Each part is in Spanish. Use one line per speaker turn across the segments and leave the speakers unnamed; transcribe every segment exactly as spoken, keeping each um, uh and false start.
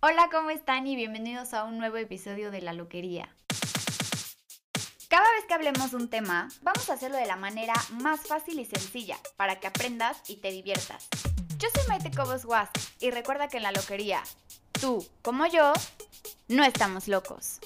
Hola, ¿cómo están? Y bienvenidos a un nuevo episodio de La Loquería. Cada vez que hablemos de un tema, vamos a hacerlo de la manera más fácil y sencilla, para que aprendas y te diviertas. Yo soy Maite Cobos Guas, y recuerda que en La Loquería, tú, como yo, no estamos locos.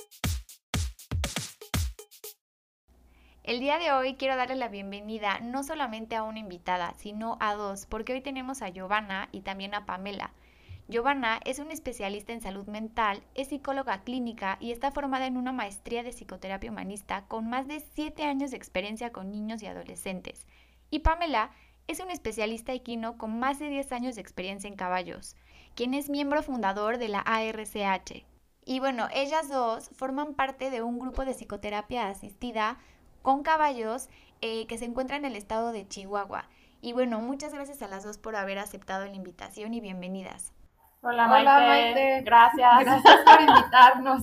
El día de hoy quiero darle la bienvenida no solamente a una invitada, sino a dos, porque hoy tenemos a Giovanna y también a Pamela. Giovanna es una especialista en salud mental, es psicóloga clínica y está formada en una maestría de psicoterapia humanista con más de siete años de experiencia con niños y adolescentes. Y Pamela es una especialista equino con más de diez años de experiencia en caballos, quien es miembro fundador de la A R C H. Y bueno, ellas dos forman parte de un grupo de psicoterapia asistida con caballos eh, que se encuentra en el estado de Chihuahua. Y bueno, muchas gracias a las dos por haber aceptado la invitación y bienvenidas.
Hola
Maite,
Hola Maite,
gracias.
Gracias por invitarnos.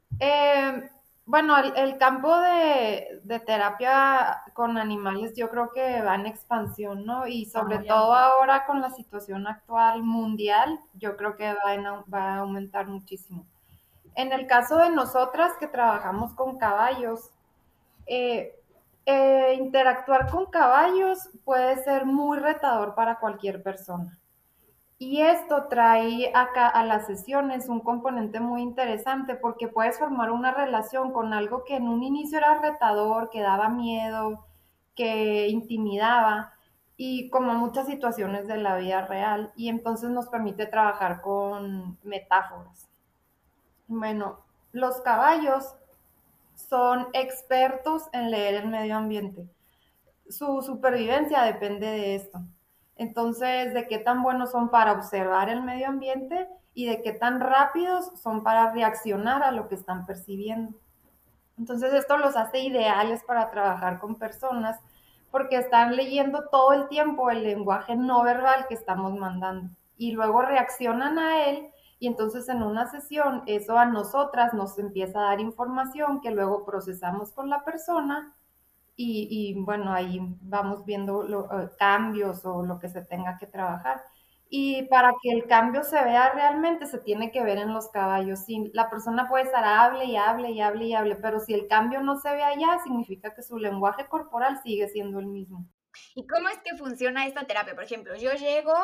Eh, bueno, el, el campo de, de terapia con animales yo creo que va en expansión, ¿no? Y sobre
Muy
todo
amplio.
ahora con la situación actual mundial, yo creo que va, en, va a aumentar muchísimo. En el caso de nosotras que trabajamos con caballos, eh, eh, interactuar con caballos puede ser muy retador para cualquier persona. Y esto trae acá a las sesiones un componente muy interesante porque puedes formar una relación con algo que en un inicio era retador, que daba miedo, que intimidaba y como muchas situaciones de la vida real, y entonces nos permite trabajar con metáforas. Bueno, los caballos son expertos en leer el medio ambiente. Su supervivencia depende de esto. Entonces, de qué tan buenos son para observar el medio ambiente y de qué tan rápidos son para reaccionar a lo que están percibiendo. Entonces, esto los hace ideales para trabajar con personas porque están leyendo todo el tiempo el lenguaje no verbal que estamos mandando y luego reaccionan a él, y entonces en una sesión eso a nosotras nos empieza a dar información que luego procesamos con la persona. Y, y bueno, ahí vamos viendo lo, eh, cambios o lo que se tenga que trabajar. Y para que el cambio se vea realmente, se tiene que ver en los caballos. Si la persona puede estar hable y hable y hable y hable, pero si el cambio no se ve allá, significa que su lenguaje corporal sigue siendo el mismo.
¿Y cómo es que funciona esta terapia? Por ejemplo, yo llego,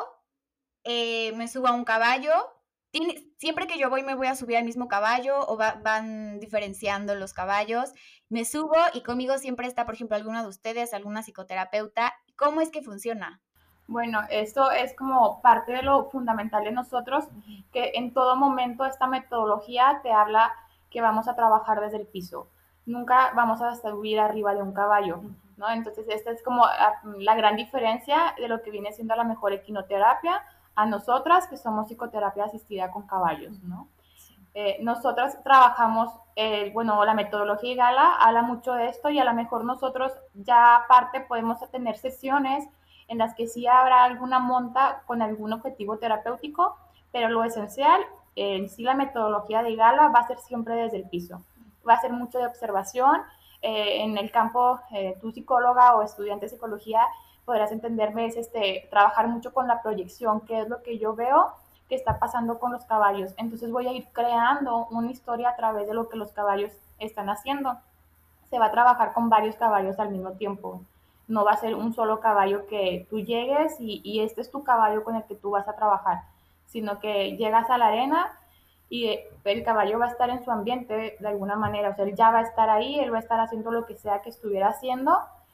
eh, me subo a un caballo. ¿Tiene, siempre que yo voy me voy a subir al mismo caballo o va, van diferenciando los caballos? Me subo y conmigo siempre está, por ejemplo, alguna de ustedes, alguna psicoterapeuta. ¿Cómo es que funciona?
Bueno, esto es como parte de lo fundamental de nosotros, que en todo momento esta metodología te habla que vamos a trabajar desde el piso. Nunca vamos a subir arriba de un caballo, ¿no? Entonces, esta es como la gran diferencia de lo que viene siendo la mejor equinoterapia a nosotras, que somos psicoterapia asistida con caballos, ¿no? Eh, nosotras trabajamos, eh, bueno, la metodología Gala habla mucho de esto, y a lo mejor nosotros ya aparte podemos tener sesiones en las que sí habrá alguna monta con algún objetivo terapéutico, pero lo esencial, eh, en sí la metodología de Gala va a ser siempre desde el piso, va a ser mucho de observación. Eh, en el campo, eh, tú psicóloga o estudiante de psicología podrás entenderme, es este, trabajar mucho con la proyección, qué es lo que yo veo que está pasando con los caballos. Entonces voy a ir creando una historia a través de lo que los caballos están haciendo. Se va a trabajar con varios caballos al mismo tiempo. No va a ser un solo caballo que tú llegues y, y este es tu caballo con el que tú vas a trabajar, sino que llegas a la arena y el caballo va a estar en su ambiente de alguna manera. O sea, él ya va a estar ahí, él va a estar haciendo lo que sea que estuviera haciendo,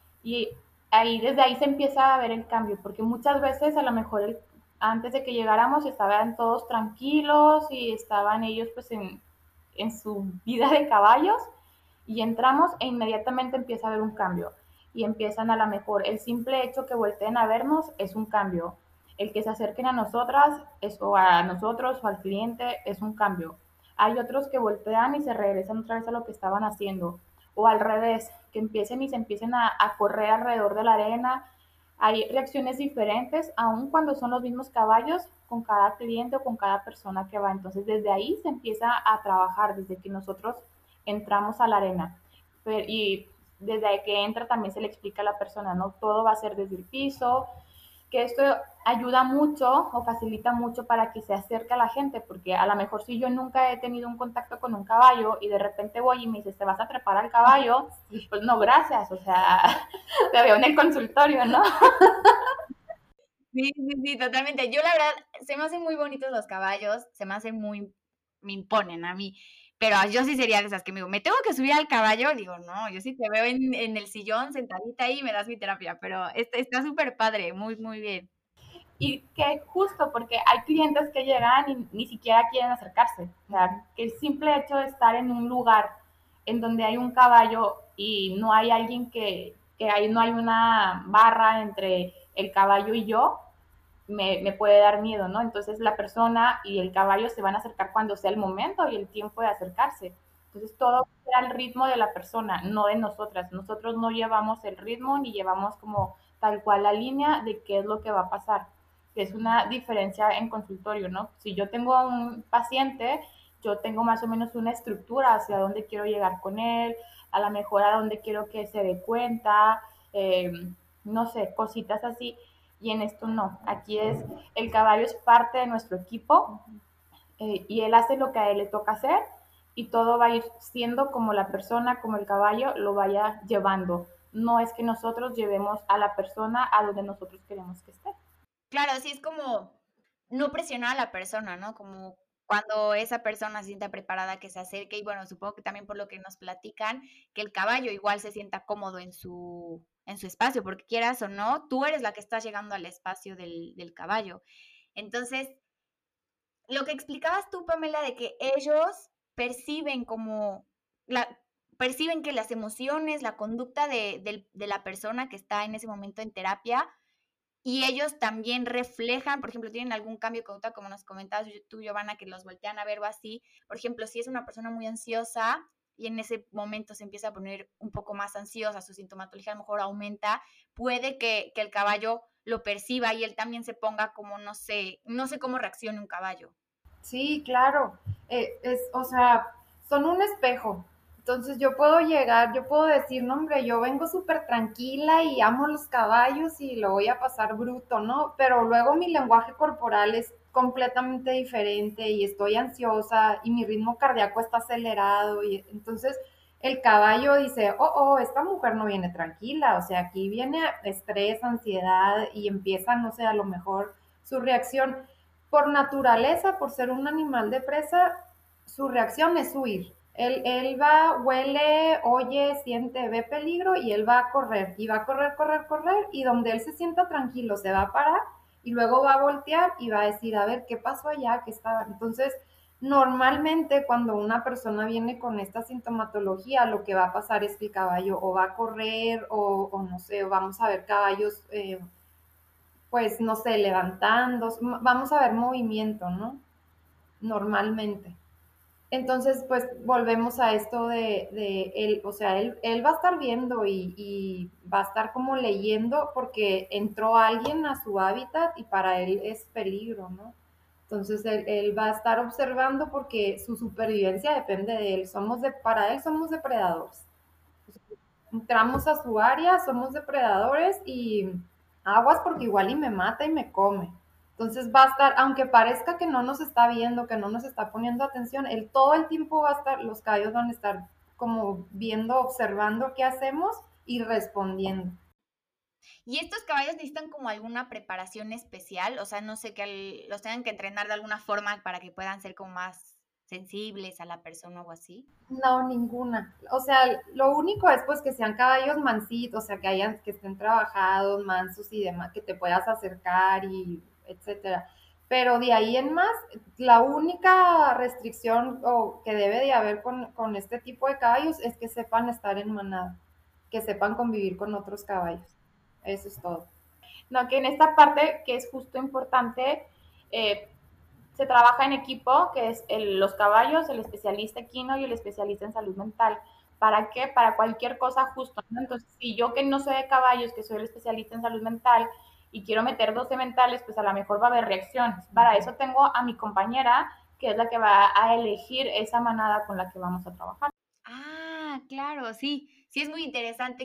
y ahí desde ahí se empieza a ver el cambio, porque muchas veces a lo mejor el, antes de que llegáramos estaban todos tranquilos y estaban ellos pues en, en su vida de caballos, y entramos e inmediatamente empieza a haber un cambio y empiezan a lo mejor el simple hecho que volteen a vernos es un cambio, el que se acerquen a nosotras es, o a nosotros o al cliente es un cambio. Hay otros que voltean y se regresan otra vez a lo que estaban haciendo, o al revés, que empiecen y se empiecen a, a correr alrededor de la arena. Hay reacciones diferentes, aun cuando son los mismos caballos, con cada cliente o con cada persona que va. Entonces, desde ahí se empieza a trabajar, desde que nosotros entramos a la arena. Y desde ahí que entra también se le explica a la persona, ¿no? Todo va a ser desde el piso, que esto ayuda mucho o facilita mucho para que se acerque a la gente, porque a lo mejor si yo nunca he tenido un contacto con un caballo y de repente voy y me dices, ¿te vas a trepar al caballo? Pues no, gracias, o sea, te veo en el consultorio, ¿no?
Sí, sí, sí, totalmente. Yo la verdad, se me hacen muy bonitos los caballos, se me hacen muy, me imponen a mí, pero yo sí sería de esas que me digo, ¿me tengo que subir al caballo? Digo, no, yo sí te veo en, en el sillón sentadita ahí y me das mi terapia, pero está está súper padre, muy, muy bien.
Y que justo porque hay clientes que llegan y ni siquiera quieren acercarse. O sea, que el simple hecho de estar en un lugar en donde hay un caballo y no hay alguien que, que ahí no hay una barra entre el caballo y yo, me, me, puede dar miedo, ¿no? Entonces la persona y el caballo se van a acercar cuando sea el momento y el tiempo de acercarse. Entonces todo será el ritmo de la persona, no de nosotras. Nosotros no llevamos el ritmo ni llevamos como tal cual la línea de qué es lo que va a pasar. Que es una diferencia en consultorio, ¿no? Si yo tengo a un paciente, yo tengo más o menos una estructura hacia dónde quiero llegar con él, a lo mejor a dónde quiero que se dé cuenta, eh, no sé, cositas así. Y en esto no, aquí es, el caballo es parte de nuestro equipo eh, y él hace lo que a él le toca hacer y todo va a ir siendo como la persona, como el caballo lo vaya llevando. No es que nosotros llevemos a la persona a donde nosotros queremos que esté.
Claro, sí es como no presionar a la persona, ¿no? Como cuando esa persona se sienta preparada que se acerque y bueno, supongo que también por lo que nos platican, que el caballo igual se sienta cómodo en su, en su espacio, porque quieras o no, tú eres la que estás llegando al espacio del, del caballo. Entonces, lo que explicabas tú, Pamela, de que ellos perciben como la, perciben que las emociones, la conducta de, de, de la persona que está en ese momento en terapia y ellos también reflejan, por ejemplo, tienen algún cambio de conducta, como nos comentabas tú, Giovanna, que los voltean a ver o así. Por ejemplo, si es una persona muy ansiosa y en ese momento se empieza a poner un poco más ansiosa, su sintomatología a lo mejor aumenta, puede que, que el caballo lo perciba y él también se ponga como, no sé, no sé cómo reacciona un caballo.
Sí, claro. Eh, es, o sea, son un espejo. Entonces yo puedo llegar, yo puedo decir, no, hombre, yo vengo súper tranquila y amo los caballos y lo voy a pasar bruto, ¿no? Pero luego mi lenguaje corporal es completamente diferente y estoy ansiosa y mi ritmo cardíaco está acelerado y entonces el caballo dice, oh, oh, esta mujer no viene tranquila, o sea, aquí viene estrés, ansiedad y empieza, no sé, a lo mejor su reacción por naturaleza, por ser un animal de presa, su reacción es huir. Él, él va, huele, oye, siente, ve peligro y él va a correr. Y va a correr, correr, correr. Y donde él se sienta tranquilo, se va a parar y luego va a voltear y va a decir, a ver, ¿qué pasó allá? ¿Qué estaba? Entonces, normalmente cuando una persona viene con esta sintomatología, lo que va a pasar es que el caballo o va a correr o, o no sé, vamos a ver caballos eh, pues, no sé, levantando, vamos a ver movimiento, ¿no? Normalmente. Entonces, pues volvemos a esto de, de él, o sea, él, él va a estar viendo y, y, va a estar como leyendo porque entró alguien a su hábitat y para él es peligro, ¿no? Entonces él, él va a estar observando porque su supervivencia depende de él. Somos de, para él somos depredadores. Entramos a su área, somos depredadores y aguas porque igual y me mata y me come. Entonces va a estar, aunque parezca que no nos está viendo, que no nos está poniendo atención, él todo el tiempo va a estar, los caballos van a estar como viendo, observando qué hacemos y respondiendo.
¿Y estos caballos necesitan como alguna preparación especial? O sea, no sé, que los tengan que entrenar de alguna forma para que puedan ser como más sensibles a la persona o así.
No, ninguna. O sea, lo único es pues que sean caballos mansitos, o sea, que hayan, que estén trabajados, mansos y demás, que te puedas acercar y etcétera. Pero de ahí en más, la única restricción o que debe de haber con, con este tipo de caballos es que sepan estar en manada, que sepan convivir con otros caballos. Eso es todo.
No, que en esta parte que es justo importante, eh, se trabaja en equipo, que es el, los caballos, el especialista equino y el especialista en salud mental. ¿Para qué? Para cualquier cosa justo, ¿no? Entonces, si yo que no soy de caballos, que soy el especialista en salud mental y quiero meter doce mentales, pues a lo mejor va a haber reacciones. Para eso tengo a mi compañera, que es la que va a elegir esa manada con la que vamos a trabajar.
Ah, claro, sí. Sí, es muy interesante que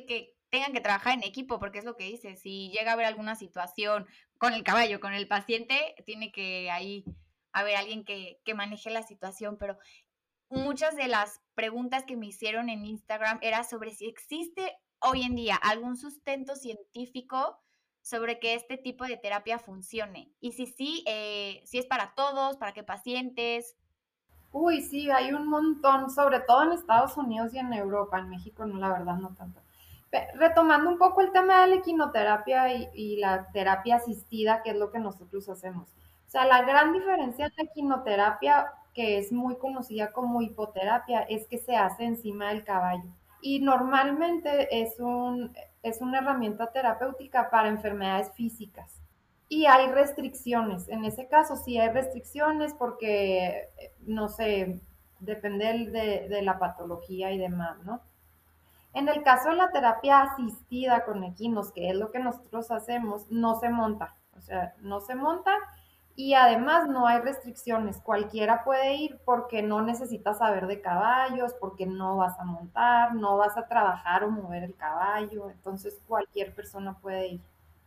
tengan que trabajar en equipo, porque es lo que dices, si llega a haber alguna situación con el caballo, con el paciente, tiene que ahí haber alguien que, que maneje la situación, pero muchas de las preguntas que me hicieron en Instagram era sobre si existe hoy en día algún sustento científico sobre que este tipo de terapia funcione. Y si sí, eh, si es para todos, para qué pacientes.
Uy, sí, hay un montón, sobre todo en Estados Unidos y en Europa, en México no, la verdad no tanto. Retomando un poco el tema de la equinoterapia y, y la terapia asistida, que es lo que nosotros hacemos. O sea, la gran diferencia de la equinoterapia, que es muy conocida como hipoterapia, es que se hace encima del caballo. Y normalmente es, un, es una herramienta terapéutica para enfermedades físicas. Y hay restricciones. En ese caso sí hay restricciones porque, no sé, depende de, de la patología y demás, ¿no? En el caso de la terapia asistida con equinos, que es lo que nosotros hacemos, no se monta, o sea, no se monta y además no hay restricciones. Cualquiera puede ir porque no necesitas saber de caballos, porque no vas a montar, no vas a trabajar o mover el caballo, entonces cualquier persona puede ir.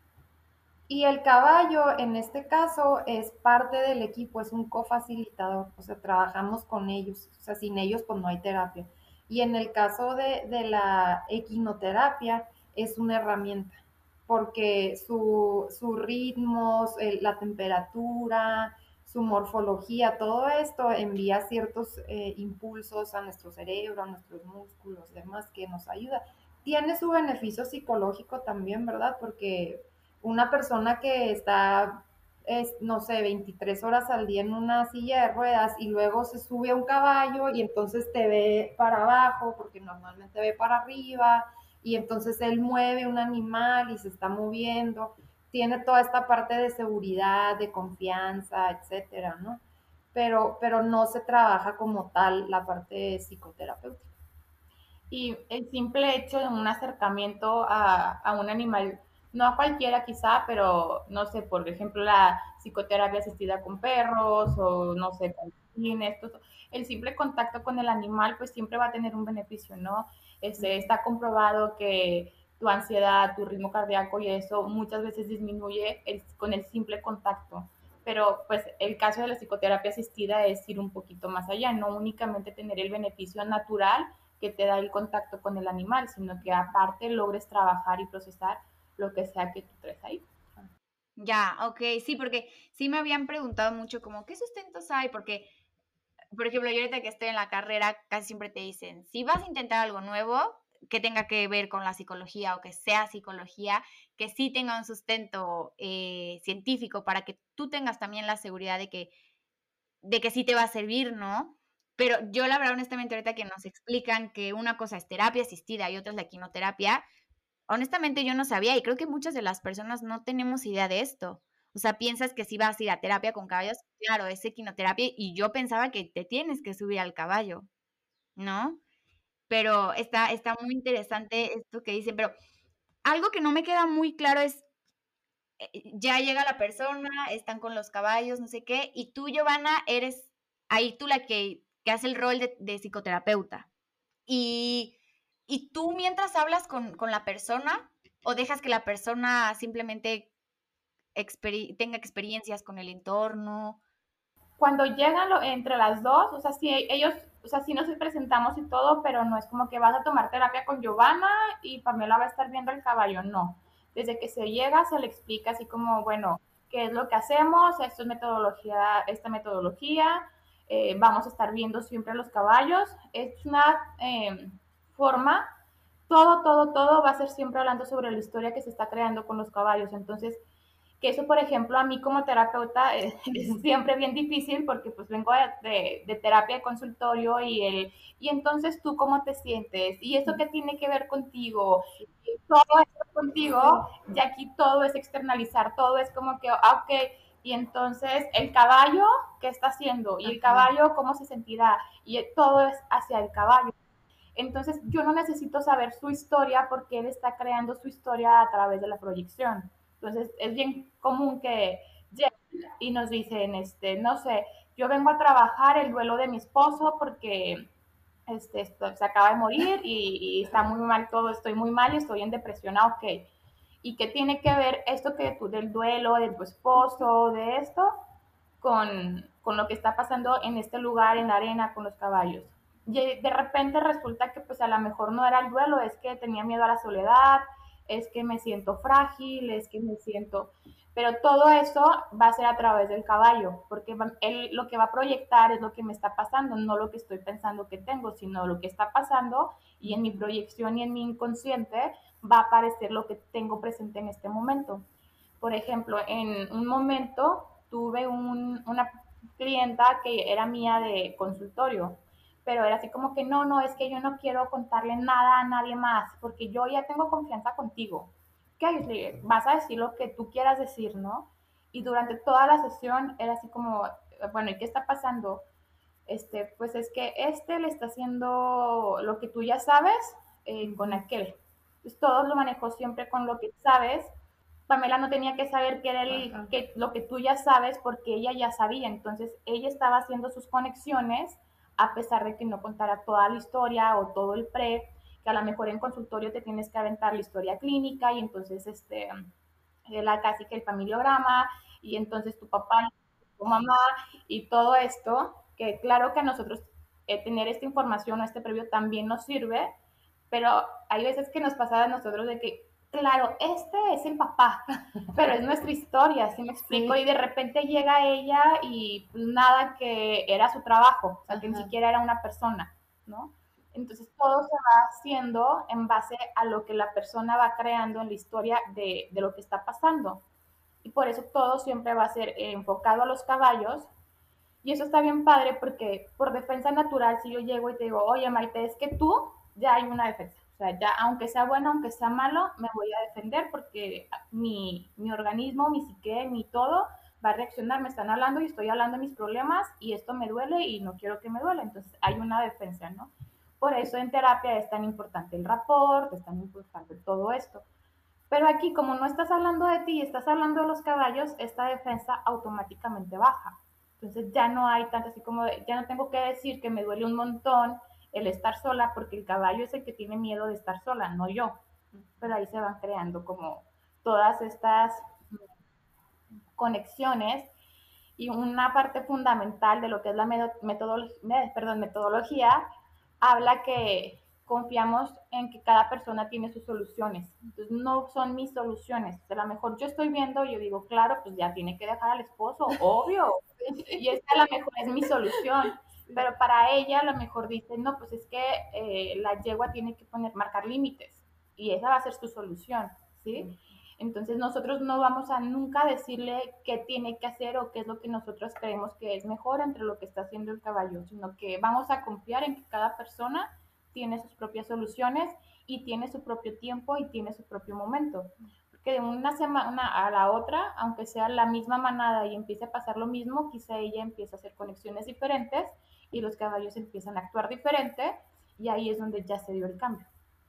Y el caballo, en este caso, es parte del equipo, es un cofacilitador, o sea, trabajamos con ellos, o sea, sin ellos pues no hay terapia. Y en el caso de, de la equinoterapia, es una herramienta, porque su, sus ritmos, el, la temperatura, su morfología, todo esto envía ciertos eh, impulsos a nuestro cerebro, a nuestros músculos, demás, que nos ayuda. Tiene su beneficio psicológico también, ¿verdad? Porque una persona que está, es, no sé, veintitrés horas al día en una silla de ruedas y luego se sube a un caballo y entonces te ve para abajo, porque normalmente ve para arriba, y entonces él mueve un animal y se está moviendo, tiene toda esta parte de seguridad, de confianza, etcétera, ¿no? Pero, pero no se trabaja como tal la parte psicoterapéutica.
Y el simple hecho de un acercamiento a, a un animal, no a cualquiera quizá, pero no sé, por ejemplo, la psicoterapia asistida con perros o no sé, con cines, el simple contacto con el animal pues siempre va a tener un beneficio, ¿no? Este, está comprobado que tu ansiedad, tu ritmo cardíaco y eso muchas veces disminuye el, con el simple contacto. Pero pues el caso de la psicoterapia asistida es ir un poquito más allá, no únicamente tener el beneficio natural que te da el contacto con el animal, sino que aparte logres trabajar y procesar lo que sea que tú traes ahí.
Ya, ok, sí, porque sí me habían preguntado mucho como, ¿qué sustentos hay? Porque, por ejemplo, yo ahorita que estoy en la carrera, casi siempre te dicen, si vas a intentar algo nuevo, que tenga que ver con la psicología o que sea psicología, que sí tenga un sustento eh, científico para que tú tengas también la seguridad de que, de que sí te va a servir, ¿no? Pero yo la verdad, honestamente, ahorita que nos explican que una cosa es terapia asistida y otra es la quinoterapia, honestamente yo no sabía y creo que muchas de las personas no tenemos idea de esto. O sea, piensas que si vas a ir a terapia con caballos, claro, es equinoterapia y yo pensaba que te tienes que subir al caballo, ¿no? Pero está, está muy interesante esto que dicen, pero algo que no me queda muy claro es, eh, ya llega la persona, están con los caballos, no sé qué, y tú, Giovanna, eres ahí tú la que, que hace el rol de, de psicoterapeuta. Y, y tú mientras hablas con, con la persona o dejas que la persona simplemente exper tenga experiencias con el entorno.
Cuando llegan lo, entre las dos, o sea, sí, ellos, o sea, sí nos presentamos y todo, pero no es como que vas a tomar terapia con Giovanna y Pamela va a estar viendo el caballo, no. Desde que se llega se le explica así como, bueno, qué es lo que hacemos, esto es metodología, esta metodología, eh, vamos a estar viendo siempre los caballos. Es una eh, forma, todo, todo, todo va a ser siempre hablando sobre la historia que se está creando con los caballos. Entonces, que eso, por ejemplo, a mí como terapeuta es, es siempre bien difícil porque pues vengo de, de, de, terapia de consultorio y el, y entonces tú cómo te sientes y eso qué tiene que ver contigo, y todo esto contigo, y aquí todo es externalizar, todo es como que, ah, ok, y entonces el caballo, ¿qué está haciendo? Y el caballo, ¿cómo se sentirá? Y todo es hacia el caballo. Entonces yo no necesito saber su historia porque él está creando su historia a través de la proyección. Entonces es bien común que lleguen y nos dicen, este, no sé, yo vengo a trabajar el duelo de mi esposo porque este, esto, se acaba de morir y, y está muy mal todo, estoy muy mal y estoy en depresión, ah, ok. ¿Y qué tiene que ver esto que tú del duelo de tu esposo, de esto, con, con lo que está pasando en este lugar, en la arena, con los caballos? Y de repente resulta que pues a lo mejor no era el duelo, es que tenía miedo a la soledad, es que me siento frágil, es que me siento... Pero todo eso va a ser a través del caballo, porque él lo que va a proyectar es lo que me está pasando, no lo que estoy pensando que tengo, sino lo que está pasando y en mi proyección y en mi inconsciente va a aparecer lo que tengo presente en este momento. Por ejemplo, en un momento tuve un, una clienta que era mía de consultorio, pero era así como que no, no, es que yo no quiero contarle nada a nadie más, porque yo ya tengo confianza contigo. ¿Qué? Vas a decir lo que tú quieras decir, ¿no? Y durante toda la sesión era así como, bueno, ¿y qué está pasando? Este, pues es que este le está haciendo lo que tú ya sabes eh, con aquel. Pues todo lo manejó siempre con lo que sabes. Pamela no tenía que saber qué era el, que, lo que tú ya sabes porque ella ya sabía. Entonces ella estaba haciendo sus conexiones a pesar de que no contara toda la historia o todo el pre, que a lo mejor en consultorio te tienes que aventar la historia clínica y entonces este, la, casi que el familiograma y entonces tu papá, tu mamá y todo esto, que claro que a nosotros eh, tener esta información o este previo también nos sirve, pero hay veces que nos pasa a nosotros de que, claro, este es el papá, pero es nuestra historia, ¿sí me explico? Sí. Y de repente llega ella y pues, nada que era su trabajo, o sea, que ni siquiera era una persona, ¿no? Entonces todo se va haciendo en base a lo que la persona va creando en la historia de, de lo que está pasando. Y por eso todo siempre va a ser eh, enfocado a los caballos. Y eso está bien padre porque por defensa natural, si yo llego y te digo, oye Maite, es que tú ya hay una defensa. O sea, ya aunque sea bueno, aunque sea malo, me voy a defender porque mi, mi organismo, mi psique, mi todo va a reaccionar, me están hablando y estoy hablando de mis problemas y esto me duele y no quiero que me duele. Entonces hay una defensa, ¿no? Por eso en terapia es tan importante el rapport, es tan importante todo esto. Pero aquí, como no estás hablando de ti y estás hablando de los caballos, esta defensa automáticamente baja. Entonces ya no hay tanto así como, de, ya no tengo que decir que me duele un montón el estar sola, porque el caballo es el que tiene miedo de estar sola, no yo. Pero ahí se van creando como todas estas conexiones y una parte fundamental de lo que es la metodología, perdón, metodología habla que confiamos en que cada persona tiene sus soluciones. Entonces, no son mis soluciones. A lo mejor yo estoy viendo y yo digo, claro, pues ya tiene que dejar al esposo, obvio. Y esta a lo mejor es mi solución. Pero para ella a lo mejor dice, no, pues es que eh, la yegua tiene que poner, marcar límites. Y esa va a ser su solución, ¿sí? Entonces nosotros no vamos a nunca decirle qué tiene que hacer o qué es lo que nosotros creemos que es mejor entre lo que está haciendo el caballo, sino que vamos a confiar en que cada persona tiene sus propias soluciones y tiene su propio tiempo y tiene su propio momento. Porque de una semana a la otra, aunque sea la misma manada y empiece a pasar lo mismo, quizá ella empieza a hacer conexiones diferentes y los caballos empiezan a actuar diferente y ahí es donde ya se dio el cambio.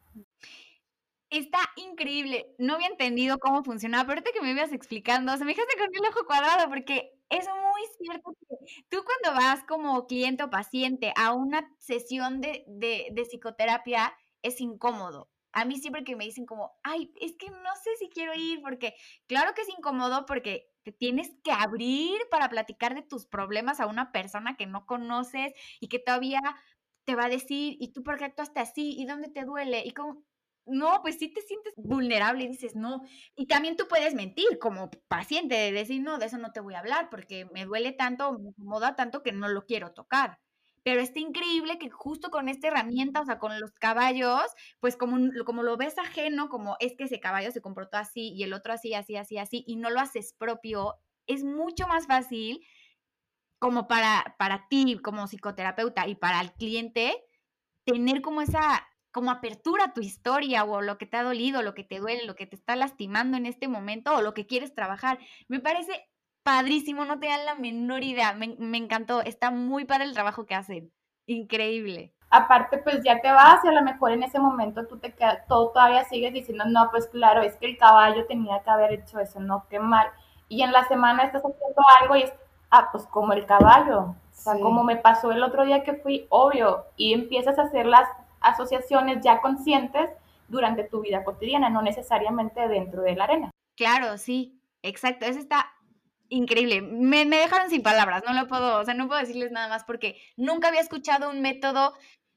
Está increíble. No había entendido cómo funcionaba, pero ahorita que me ibas explicando, se me dejaste con el ojo cuadrado, porque es muy cierto que tú cuando vas como cliente o paciente a una sesión de, de, de psicoterapia es incómodo. A mí siempre que me dicen como, ay, es que no sé si quiero ir, porque claro que es incómodo porque te tienes que abrir para platicar de tus problemas a una persona que no conoces y que todavía te va a decir, ¿y tú por qué actuaste así? ¿Y dónde te duele? ¿Y cómo? No, pues sí te sientes vulnerable y dices, no. Y también tú puedes mentir como paciente, de decir, no, de eso no te voy a hablar porque me duele tanto, me incomoda tanto que no lo quiero tocar. Pero está increíble que justo con esta herramienta, o sea, con los caballos, pues como, como lo ves ajeno, como es que ese caballo se comportó así y el otro así, así, así, así, y no lo haces propio, es mucho más fácil como para, para ti como psicoterapeuta y para el cliente tener como esa como apertura a tu historia o lo que te ha dolido, lo que te duele, lo que te está lastimando en este momento o lo que quieres trabajar. Me parece padrísimo, no te dan la menor idea. Me, me encantó, está muy padre el trabajo que hacen. Increíble.
Aparte, pues ya te vas y a lo mejor en ese momento tú te quedas, todo todavía sigues diciendo, no, pues claro, es que el caballo tenía que haber hecho eso, no, qué mal. Y en la semana estás haciendo algo y es, ah, pues como el caballo, O sea,
Sí.
como me pasó el otro día que fui, obvio, y empiezas a hacer las asociaciones ya conscientes durante tu vida cotidiana, no necesariamente dentro de la arena.
Claro, sí, exacto, eso está increíble. Me, me dejaron sin palabras, no lo puedo, o sea, no puedo decirles nada más porque nunca había escuchado un método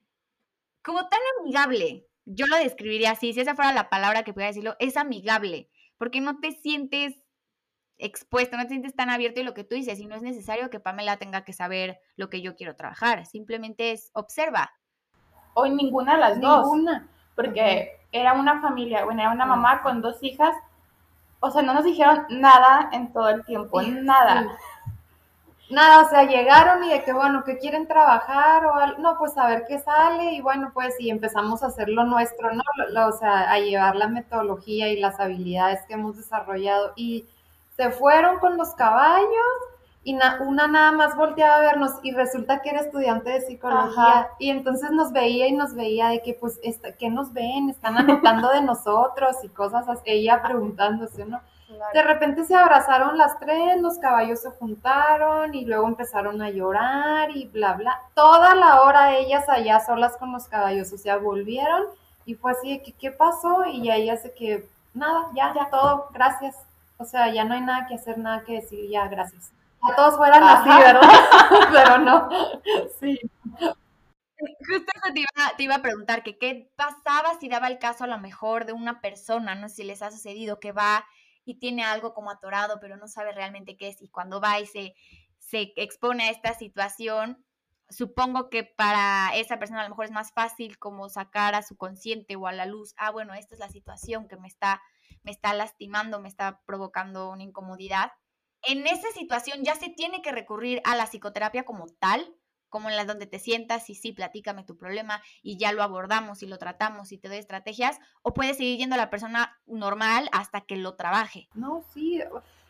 como tan amigable. Yo lo describiría así, si esa fuera la palabra que pudiera decirlo, es amigable, porque no te sientes expuesto, no te sientes tan abierto y lo que tú dices, y no es necesario que Pamela tenga que saber lo que yo quiero trabajar, simplemente es observa.
O en ninguna de las
Ninguna.
dos, porque uh-huh. era una familia, bueno, era una
uh-huh.
mamá con dos hijas, o sea, no nos dijeron nada en todo el tiempo, sí, nada.
Sí. Nada, o sea, llegaron y de que, bueno, que quieren trabajar o algo, no, pues a ver qué sale y bueno, pues y empezamos a hacer lo nuestro, ¿no? Lo, o sea, a llevar la metodología y las habilidades que hemos desarrollado y se fueron con los caballos y na, una nada más volteaba a vernos y resulta que era estudiante de psicología. Ajá. Y entonces nos veía y nos veía de que, pues, esta, ¿qué nos ven? Están anotando de nosotros y cosas así, ella preguntándose, ¿no? Claro. De repente se abrazaron las tres, los caballos se juntaron y luego empezaron a llorar y bla, bla. Toda la hora ellas allá solas con los caballos, o sea, volvieron y fue así de que, ¿qué pasó? Y ya ella se que, nada, ya, ya, todo, gracias. O sea, ya no hay nada que hacer, nada que decir, ya, gracias. A todos fueran Ajá. así, ¿verdad? Pero no, sí.
Justo eso te iba, te iba a preguntar, que qué pasaba si daba el caso a lo mejor de una persona, no sé si les ha sucedido, que va y tiene algo como atorado, pero no sabe realmente qué es, y cuando va y se, se expone a esta situación, supongo que para esa persona a lo mejor es más fácil como sacar a su consciente o a la luz, ah, bueno, esta es la situación que me está, me está lastimando, me está provocando una incomodidad. En esa situación ya se tiene que recurrir a la psicoterapia como tal, como en las donde te sientas y sí, platícame tu problema y ya lo abordamos y lo tratamos y te doy estrategias, o puedes seguir yendo a la persona normal hasta que lo trabaje.
No, sí,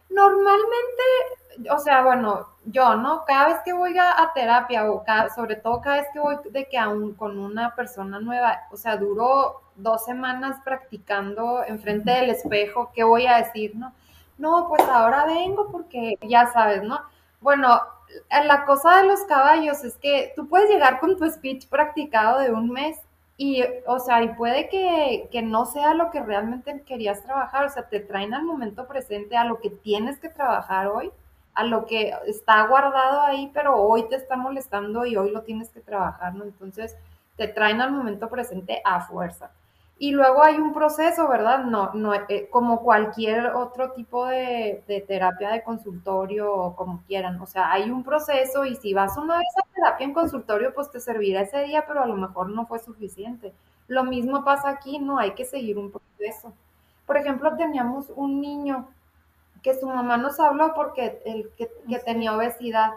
normalmente, o sea, bueno, yo, ¿no? Cada vez que voy a, a terapia o cada, sobre todo cada vez que voy de que aún con una persona nueva, o sea, duro dos semanas practicando enfrente del espejo, ¿qué voy a decir, no? No, pues ahora vengo porque ya sabes, ¿no? Bueno, la cosa de los caballos es que tú puedes llegar con tu speech practicado de un mes y, o sea, y puede que, que no sea lo que realmente querías trabajar, o sea, te traen al momento presente, a lo que tienes que trabajar hoy, a lo que está guardado ahí, pero hoy te está molestando y hoy lo tienes que trabajar, ¿no? Entonces, te traen al momento presente a fuerza. Y luego hay un proceso, ¿verdad? No, no, eh, como cualquier otro tipo de, de terapia de consultorio o como quieran. O sea, hay un proceso y si vas una vez a terapia en consultorio, pues te servirá ese día, pero a lo mejor no fue suficiente. Lo mismo pasa aquí, no hay que seguir un proceso. Por ejemplo, teníamos un niño que su mamá nos habló porque el que, que tenía obesidad.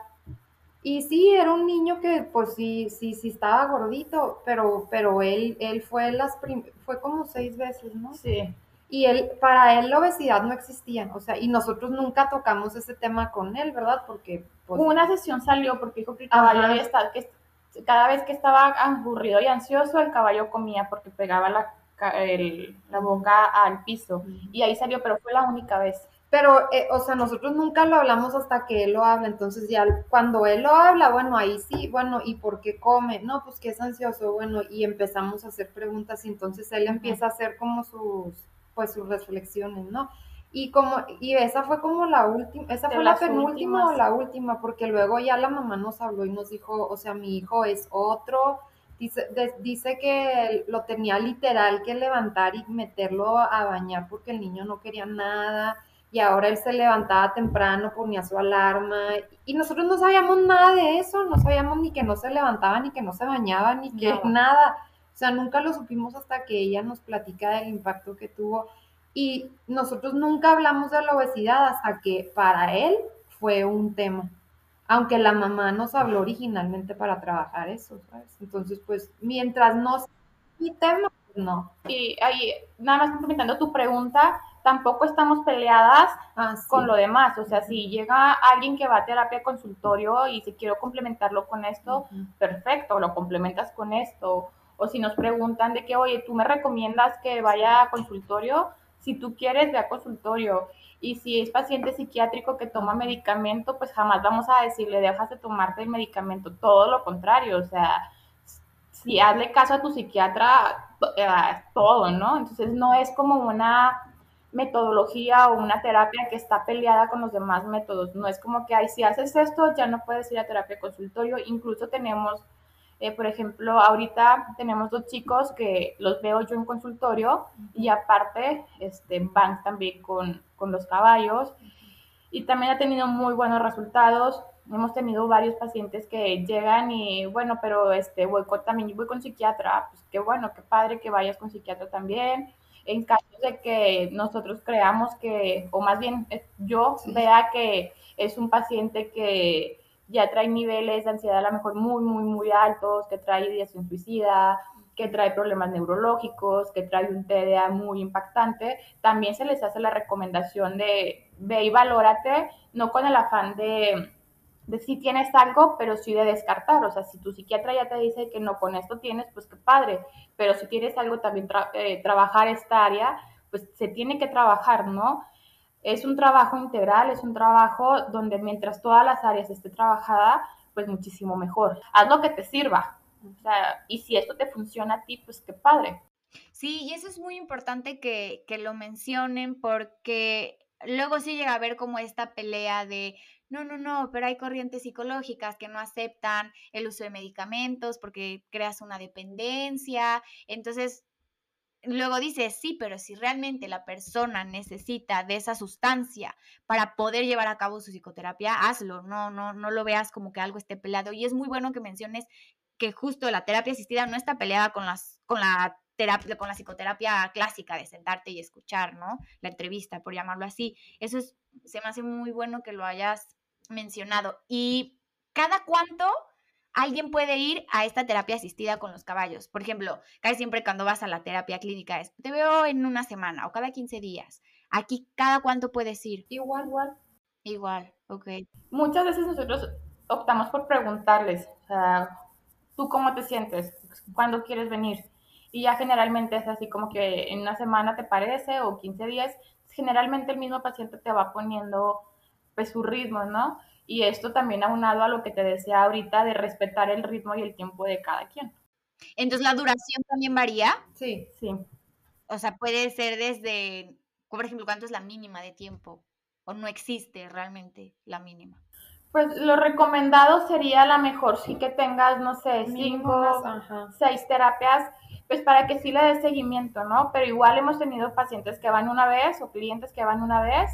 Y sí, era un niño que pues sí, sí, sí estaba gordito, pero, pero él, él fue las prim- fue como seis veces, ¿no?
Sí.
Y él, para él la obesidad no existía, o sea, y nosotros nunca tocamos ese tema con él, ¿verdad? Porque pues,
una sesión salió porque dijo que el caballo había estado, que cada vez que estaba aburrido y ansioso, el caballo comía porque pegaba la, el, la boca al piso. Uh-huh. Y ahí salió, pero fue la única vez.
Pero, eh, o sea, nosotros nunca lo hablamos hasta que él lo habla, entonces ya cuando él lo habla, bueno, ahí sí, bueno, ¿y por qué come? No, pues que es ansioso, bueno, y empezamos a hacer preguntas y entonces él uh-huh. empieza a hacer como sus, pues sus reflexiones, ¿no? Y como, y esa fue como la última, esa
de
fue la penúltima
últimas.
o la última, porque luego ya la mamá nos habló y nos dijo, o sea, mi hijo es otro, dice, de, dice que lo tenía literal que levantar y meterlo a bañar porque el niño no quería nada, y ahora él se levantaba temprano, ponía su alarma, y nosotros no sabíamos nada de eso, no sabíamos ni que no se levantaba, ni que no se bañaba, ni que nada, nada. O sea, nunca lo supimos hasta que ella nos platica del impacto que tuvo, y nosotros nunca hablamos de la obesidad hasta que para él fue un tema, aunque la mamá nos habló originalmente para trabajar eso, ¿sabes? Entonces, pues, mientras no sea mi tema, no.
Y ahí, nada más complementando tu pregunta, tampoco estamos peleadas ah, sí. con lo demás, o sea, si llega alguien que va a terapia consultorio y si quiero complementarlo con esto, uh-huh. perfecto, lo complementas con esto, o si nos preguntan de que, oye, ¿tú me recomiendas que vaya a consultorio? Si tú quieres, ve a consultorio. Y si es paciente psiquiátrico que toma medicamento, pues jamás vamos a decirle, dejas de tomarte el medicamento. Todo lo contrario, o sea, si hazle caso a tu psiquiatra, eh, todo, ¿no? Entonces no es como una metodología o una terapia que está peleada con los demás métodos. No es como que, ay, si haces esto, ya no puedes ir a terapia de consultorio. Incluso tenemos, eh, por ejemplo, ahorita tenemos dos chicos que los veo yo en consultorio y aparte este, van también con, con los caballos y también ha tenido muy buenos resultados. Hemos tenido varios pacientes que llegan y, bueno, pero este, voy con, también voy con psiquiatra, pues qué bueno, qué padre que vayas con psiquiatra también. En caso de que nosotros creamos que, o más bien yo sí. vea que es un paciente que ya trae niveles de ansiedad a lo mejor muy, muy, muy altos, que trae ideación suicida, que trae problemas neurológicos, que trae un T D A muy impactante, también se les hace la recomendación de ve y valórate, no con el afán de, de si tienes algo, pero sí de descartar. O sea, si tu psiquiatra ya te dice que no con esto tienes, pues qué padre, pero si tienes algo también tra eh, trabajar esta área, pues se tiene que trabajar, ¿no? Es un trabajo integral, es un trabajo donde mientras todas las áreas esté trabajada, pues muchísimo mejor. Haz lo que te sirva. O sea, y si esto te funciona a ti, pues qué padre.
Sí, y eso es muy importante que, que lo mencionen porque luego sí llega a haber como esta pelea de, no, no, no, pero hay corrientes psicológicas que no aceptan el uso de medicamentos porque creas una dependencia. Entonces, luego dices, sí, pero si realmente la persona necesita de esa sustancia para poder llevar a cabo su psicoterapia, hazlo, no, no, no lo veas como que algo esté peleado. Y es muy bueno que menciones que justo la terapia asistida no está peleada con las, con la terapia, con la psicoterapia clásica de sentarte y escuchar, ¿no? La entrevista, por llamarlo así. Eso es, se me hace muy bueno que lo hayas mencionado. ¿Y cada cuánto alguien puede ir a esta terapia asistida con los caballos? Por ejemplo, casi siempre cuando vas a la terapia clínica es, te veo en una semana o cada quince días. Aquí, ¿cada cuánto puedes ir?
Igual, igual.
Igual, ok.
Muchas veces nosotros optamos por preguntarles, o sea, ¿tú cómo te sientes? ¿Cuándo quieres venir? Y ya generalmente es así como que en una semana te parece o quince días, generalmente el mismo paciente te va poniendo pues su ritmo, ¿no? Y esto también aunado a lo que te decía ahorita de respetar el ritmo y el tiempo de cada quien.
Entonces, ¿la duración también varía?
Sí, sí.
O sea, puede ser desde, por ejemplo, ¿cuánto es la mínima de tiempo? ¿O no existe realmente la mínima?
Pues lo recomendado sería a lo mejor sí que tengas, no sé,
Mínimo
cinco,
unas, ajá.
seis terapias, pues para que sí le des seguimiento, ¿no? Pero igual hemos tenido pacientes que van una vez o clientes que van una vez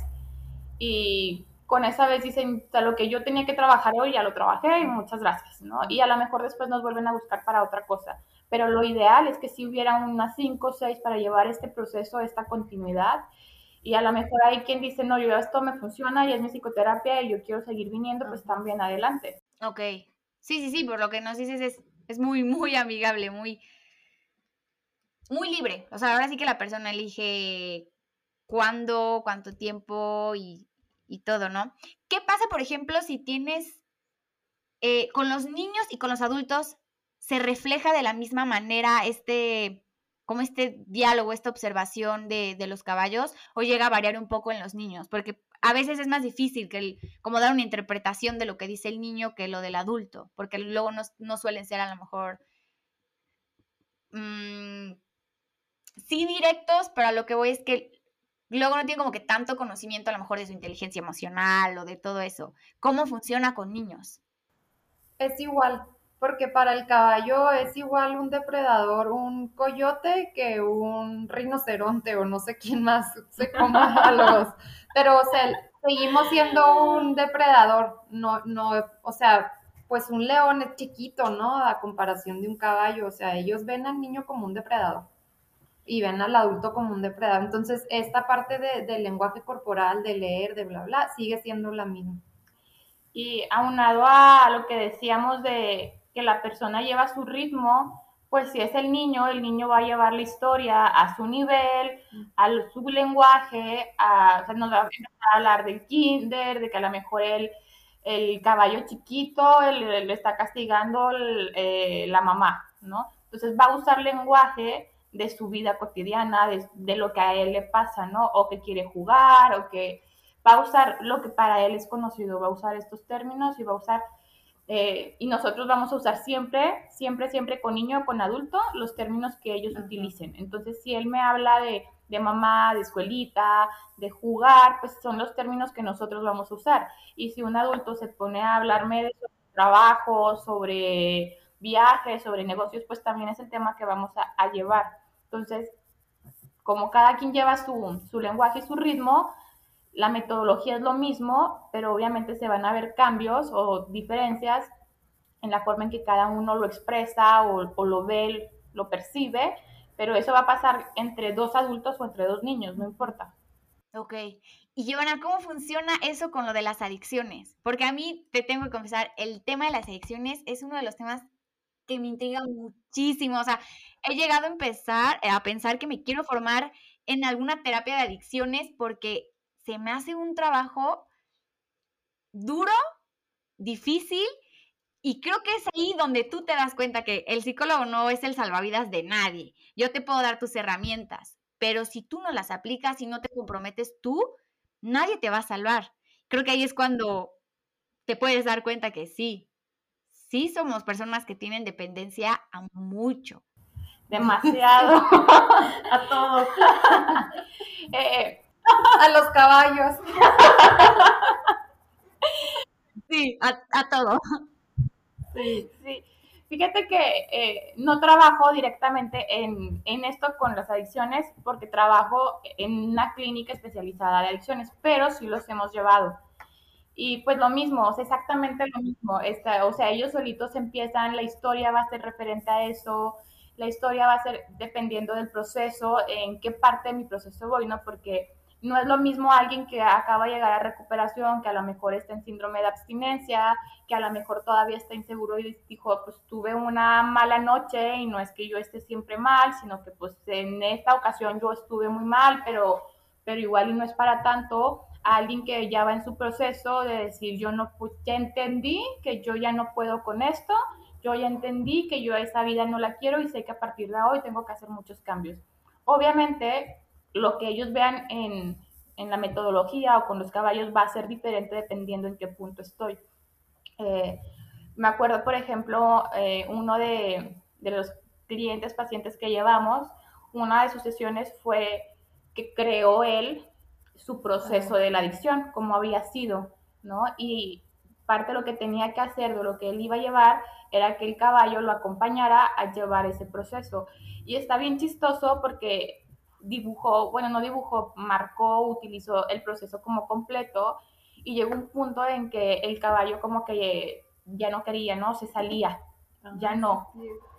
y con esa vez dicen, o sea, lo que yo tenía que trabajar hoy ya lo trabajé y muchas gracias, ¿no? Y a lo mejor después nos vuelven a buscar para otra cosa. Pero lo ideal es que si hubiera unas cinco o seis para llevar este proceso, esta continuidad. Y a lo mejor hay quien dice, no, yo esto me funciona y es mi psicoterapia y yo quiero seguir viniendo, pues también adelante.
Ok. Sí, sí, sí, por lo que nos dices es, es muy, muy amigable, muy, muy libre. O sea, ahora sí que la persona elige cuándo, cuánto tiempo y, y todo, ¿no? ¿Qué pasa, por ejemplo, si tienes eh, con los niños y con los adultos se refleja de la misma manera este, como este diálogo, esta observación de, de los caballos, o llega a variar un poco en los niños? Porque a veces es más difícil que el, como dar una interpretación de lo que dice el niño que lo del adulto, porque luego no, no suelen ser a lo mejor mmm, sí directos, pero a lo que voy es que luego no tienen como que tanto conocimiento a lo mejor de su inteligencia emocional o de todo eso. ¿Cómo funciona con niños?
Es igual, porque para el caballo es igual un depredador, un coyote, que un rinoceronte o no sé quién más se coma a los, pero o sea, seguimos siendo un depredador, no, no, o sea, pues un león es chiquito, ¿no? A comparación de un caballo, o sea, ellos ven al niño como un depredador y ven al adulto como un depredador. Entonces, esta parte de, del lenguaje corporal, de leer, de bla, bla, sigue siendo la misma.
Y aunado a lo que decíamos de que la persona lleva su ritmo, pues si es el niño, el niño va a llevar la historia a su nivel, a su lenguaje, a, o sea, nos va a empezar a hablar del kinder, de que a lo mejor el, el caballo chiquito le está castigando el, eh, la mamá, ¿no? Entonces va a usar lenguaje de su vida cotidiana, de, de lo que a él le pasa, ¿no? O que quiere jugar, o que va a usar lo que para él es conocido, va a usar estos términos y va a usar, eh, y nosotros vamos a usar siempre, siempre, siempre con niño o con adulto, los términos que ellos uh-huh. utilicen. Entonces, si él me habla de, de mamá, de escuelita, de jugar, pues son los términos que nosotros vamos a usar. Y si un adulto se pone a hablarme de su trabajo, sobre viajes, sobre negocios, pues también es el tema que vamos a, a llevar. Entonces, como cada quien lleva su, su lenguaje y su ritmo, la metodología es lo mismo, pero obviamente se van a ver cambios o diferencias en la forma en que cada uno lo expresa o, o lo ve, lo percibe, pero eso va a pasar entre dos adultos o entre dos niños, no importa.
Ok. Y Giovanna, ¿cómo funciona eso con lo de las adicciones? Porque a mí, te tengo que confesar, el tema de las adicciones es uno de los temas que me intriga muchísimo. O sea, he llegado a empezar a pensar que me quiero formar en alguna terapia de adicciones porque se me hace un trabajo duro, difícil, y creo que es ahí donde tú te das cuenta que el psicólogo no es el salvavidas de nadie. Yo te puedo dar tus herramientas, pero si tú no las aplicas y no te comprometes tú, nadie te va a salvar. Creo que ahí es cuando te puedes dar cuenta que sí, sí somos personas que tienen dependencia a mucho.
Demasiado. A todo.
eh, a los caballos.
Sí, a, a todo.
Sí, sí. Fíjate que eh, no trabajo directamente en, en esto con las adicciones porque trabajo en una clínica especializada de adicciones, pero sí los hemos llevado. Y pues lo mismo, o sea, exactamente lo mismo. Esta, o sea, ellos solitos empiezan, la historia va a ser referente a eso, la historia va a ser dependiendo del proceso, en qué parte de mi proceso voy, ¿no? Porque no es lo mismo alguien que acaba de llegar a recuperación, que a lo mejor está en síndrome de abstinencia, que a lo mejor todavía está inseguro y dijo, pues tuve una mala noche y no es que yo esté siempre mal, sino que pues en esta ocasión yo estuve muy mal, pero, pero igual y no es para tanto. A alguien que ya va en su proceso de decir, yo no, pues ya entendí que yo ya no puedo con esto, yo ya entendí que yo esa vida no la quiero y sé que a partir de hoy tengo que hacer muchos cambios. Obviamente, lo que ellos vean en, en la metodología o con los caballos va a ser diferente dependiendo en qué punto estoy. Eh, me acuerdo, por ejemplo, eh, uno de, de los clientes, pacientes que llevamos, una de sus sesiones fue que creó él su proceso de la adicción, como había sido, ¿no? Y parte de lo que tenía que hacer, de lo que él iba a llevar, era que el caballo lo acompañara a llevar ese proceso. Y está bien chistoso porque dibujó, bueno, no dibujó, marcó, utilizó el proceso como completo y llegó un punto en que el caballo como que ya no quería, ¿no? Se salía, ya no.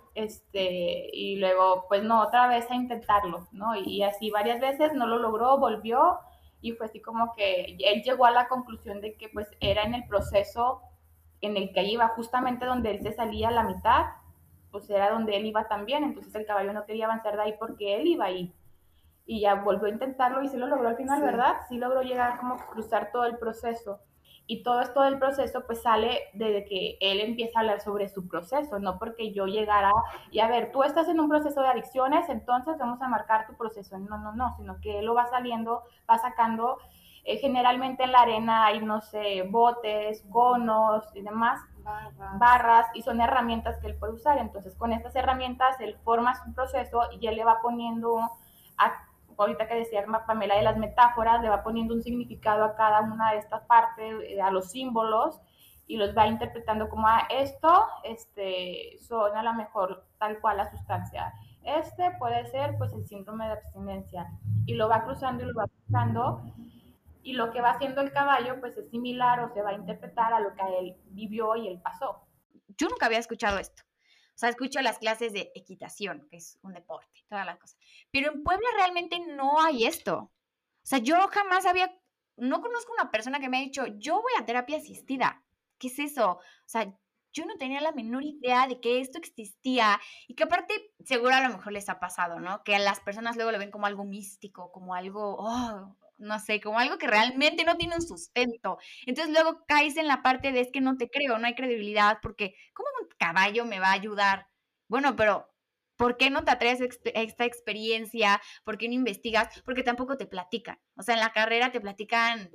Este, y luego, pues no, otra vez a intentarlo, ¿no? Y así varias veces no lo logró, volvió y fue así como que él llegó a la conclusión de que pues era en el proceso en el que iba, justamente donde él se salía a la mitad, pues era donde él iba también, entonces el caballo no quería avanzar de ahí porque él iba ahí. Y ya volvió a intentarlo y sí lo logró al final, sí. ¿Verdad? Sí logró llegar como a cruzar todo el proceso. Y todo esto del proceso pues sale desde que él empieza a hablar sobre su proceso, no porque yo llegara y a ver, tú estás en un proceso de adicciones, entonces vamos a marcar tu proceso. No, no, no, sino que él lo va saliendo, va sacando. Eh, generalmente en la arena hay, no sé, botes, conos y demás, barras. barras, y son herramientas que él puede usar. Entonces con estas herramientas él forma su proceso y él le va poniendo a ahorita que decía Pamela de las metáforas, le va poniendo un significado a cada una de estas partes, a los símbolos, y los va interpretando como a esto, este, son a lo mejor tal cual la sustancia. Este puede ser pues el síndrome de abstinencia, y lo va cruzando y lo va cruzando, y lo que va haciendo el caballo pues es similar o se va a interpretar a lo que él vivió y él pasó.
Yo nunca había escuchado esto. O sea, escucho las clases de equitación, que es un deporte, todas las cosas. Pero en Puebla realmente no hay esto. O sea, yo jamás había, no conozco una persona que me ha dicho, yo voy a terapia asistida. ¿Qué es eso? O sea, yo no tenía la menor idea de que esto existía y que aparte, seguro a lo mejor les ha pasado, ¿no? Que a las personas luego lo ven como algo místico, como algo, oh, no sé, como algo que realmente no tiene un sustento. Entonces luego caes en la parte de es que no te creo, no hay credibilidad, porque ¿cómo un caballo me va a ayudar? Bueno, pero ¿por qué no te atreves a esta experiencia? ¿Por qué no investigas? Porque tampoco te platican. O sea, en la carrera te platican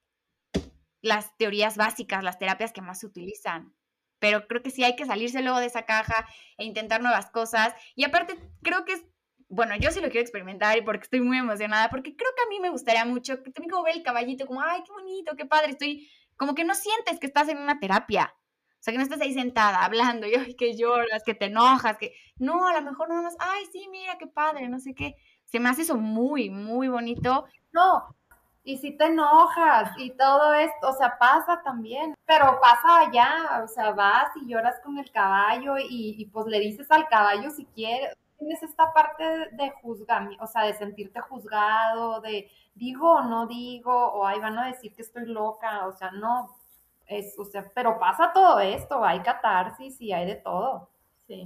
las teorías básicas, las terapias que más se utilizan. Pero creo que sí hay que salirse luego de esa caja e intentar nuevas cosas. Y aparte, creo que es, bueno, yo sí lo quiero experimentar y porque estoy muy emocionada, porque creo que a mí me gustaría mucho, también como ver el caballito, como, ay, qué bonito, qué padre, estoy, como que no sientes que estás en una terapia. O sea, que no estás ahí sentada hablando y ay, que lloras, que te enojas, que no, a lo mejor nada más, ay, sí, mira, qué padre, no sé qué. Se me hace eso muy, muy bonito.
No, y si te enojas y todo esto, o sea, pasa también, pero pasa allá, o sea, vas y lloras con el caballo y, y pues le dices al caballo si quiere, tienes esta parte de, de juzgar, o sea, de sentirte juzgado, de digo o no digo, o ahí van a decir que estoy loca, o sea, no, es, o sea, pero pasa todo esto, hay catarsis y hay de todo.
Sí.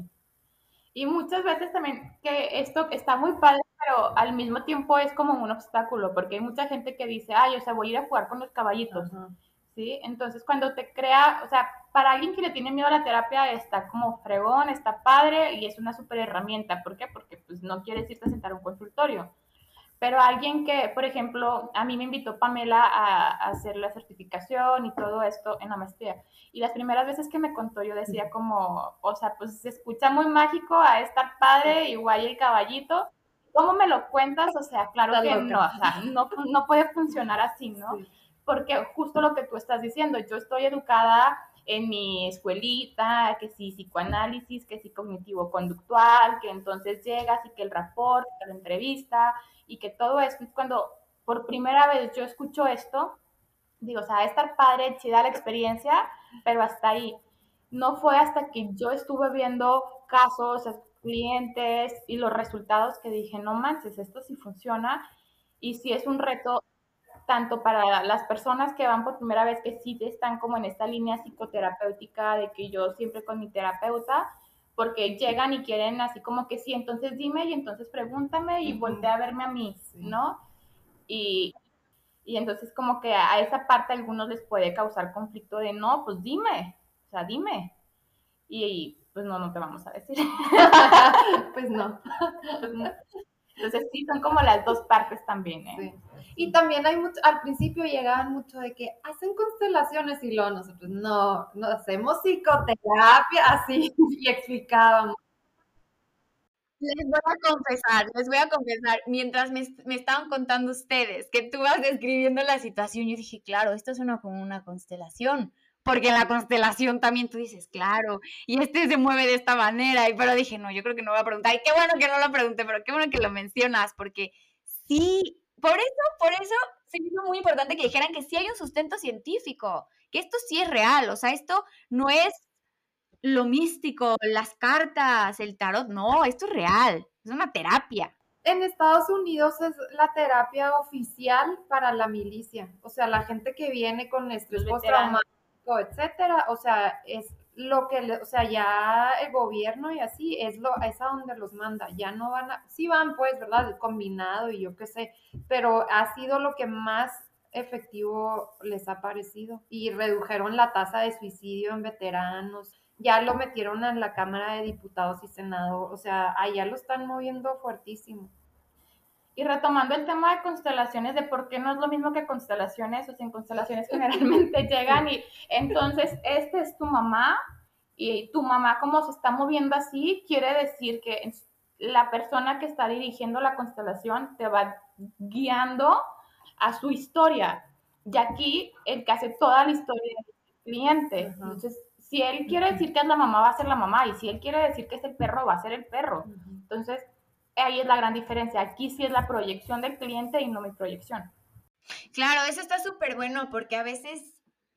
Y muchas veces también que esto está muy padre, pero al mismo tiempo es como un obstáculo, porque hay mucha gente que dice, ay, o sea, voy a ir a jugar con los caballitos, uh-huh. ¿Sí? Entonces, cuando te crea, o sea, para alguien que le tiene miedo a la terapia, está como fregón, está padre y es una súper herramienta. ¿Por qué? Porque pues no quieres irte a sentar a un consultorio. Pero alguien que, por ejemplo, a mí me invitó Pamela a, a hacer la certificación y todo esto en la maestría. Y las primeras veces que me contó yo decía como, o sea, pues se escucha muy mágico, a estar padre, igual el caballito. ¿Cómo me lo cuentas? O sea, claro Está que loca. no, o sea, no, no puede funcionar así, ¿no? Sí. Porque justo lo que tú estás diciendo, yo estoy educada en mi escuelita, que sí psicoanálisis, que sí cognitivo-conductual, que entonces llegas y que el rapport, que la entrevista, y que todo esto, cuando por primera vez yo escucho esto, digo, o sea, estar padre, chida la experiencia, pero hasta ahí. No fue hasta que yo estuve viendo casos, clientes y los resultados que dije, no manches, esto sí funciona y sí es un reto tanto para las personas que van por primera vez, que sí están como en esta línea psicoterapéutica de que yo siempre con mi terapeuta, porque llegan y quieren así como que sí, entonces dime y entonces pregúntame y uh-huh. voltea a verme a mí, sí. ¿no? Y, y entonces como que a esa parte a algunos les puede causar conflicto de no, pues dime, o sea, dime. Y, y pues no, no te vamos a decir.
Pues no.
Pues no. Entonces sí, son como las dos partes también, ¿eh?
Sí. Y también hay mucho, al principio llegaban mucho de que hacen constelaciones y luego nosotros no, no hacemos psicoterapia, así, y explicábamos.
Les voy a confesar, les voy a confesar, mientras me, me estaban contando ustedes que tú vas describiendo la situación, yo dije, claro, esto suena como una constelación, porque en la constelación también tú dices, claro, y este se mueve de esta manera, y pero dije, no, yo creo que no voy a preguntar, y qué bueno que no lo pregunté, pero qué bueno que lo mencionas, porque sí, por eso, por eso se me hizo muy importante que dijeran que sí hay un sustento científico, que esto sí es real, o sea, esto no es lo místico, las cartas, el tarot, no, esto es real, es una terapia.
En Estados Unidos es la terapia oficial para la milicia, o sea, la gente que viene con estrés postraumático, etcétera, o sea, es lo que, le, o sea, ya el gobierno y así, es, lo, es a donde los manda, ya no van a, sí van pues, ¿verdad? Combinado y yo qué sé, pero ha sido lo que más efectivo les ha parecido y redujeron la tasa de suicidio en veteranos. Ya lo metieron en la Cámara de Diputados y Senado, o sea, allá lo están moviendo fuertísimo.
Y retomando el tema de constelaciones, de por qué no es lo mismo que constelaciones, o sea, en constelaciones generalmente llegan y entonces, este es tu mamá, y tu mamá como se está moviendo así, quiere decir que la persona que está dirigiendo la constelación te va guiando a su historia. Y aquí, el que hace toda la historia es el cliente. Uh-huh. Entonces, si él quiere decir que es la mamá, va a ser la mamá, y si él quiere decir que es el perro, va a ser el perro. Uh-huh. Entonces, ahí es la gran diferencia. Aquí sí es la proyección del cliente y no mi proyección.
Claro, eso está súper bueno porque a veces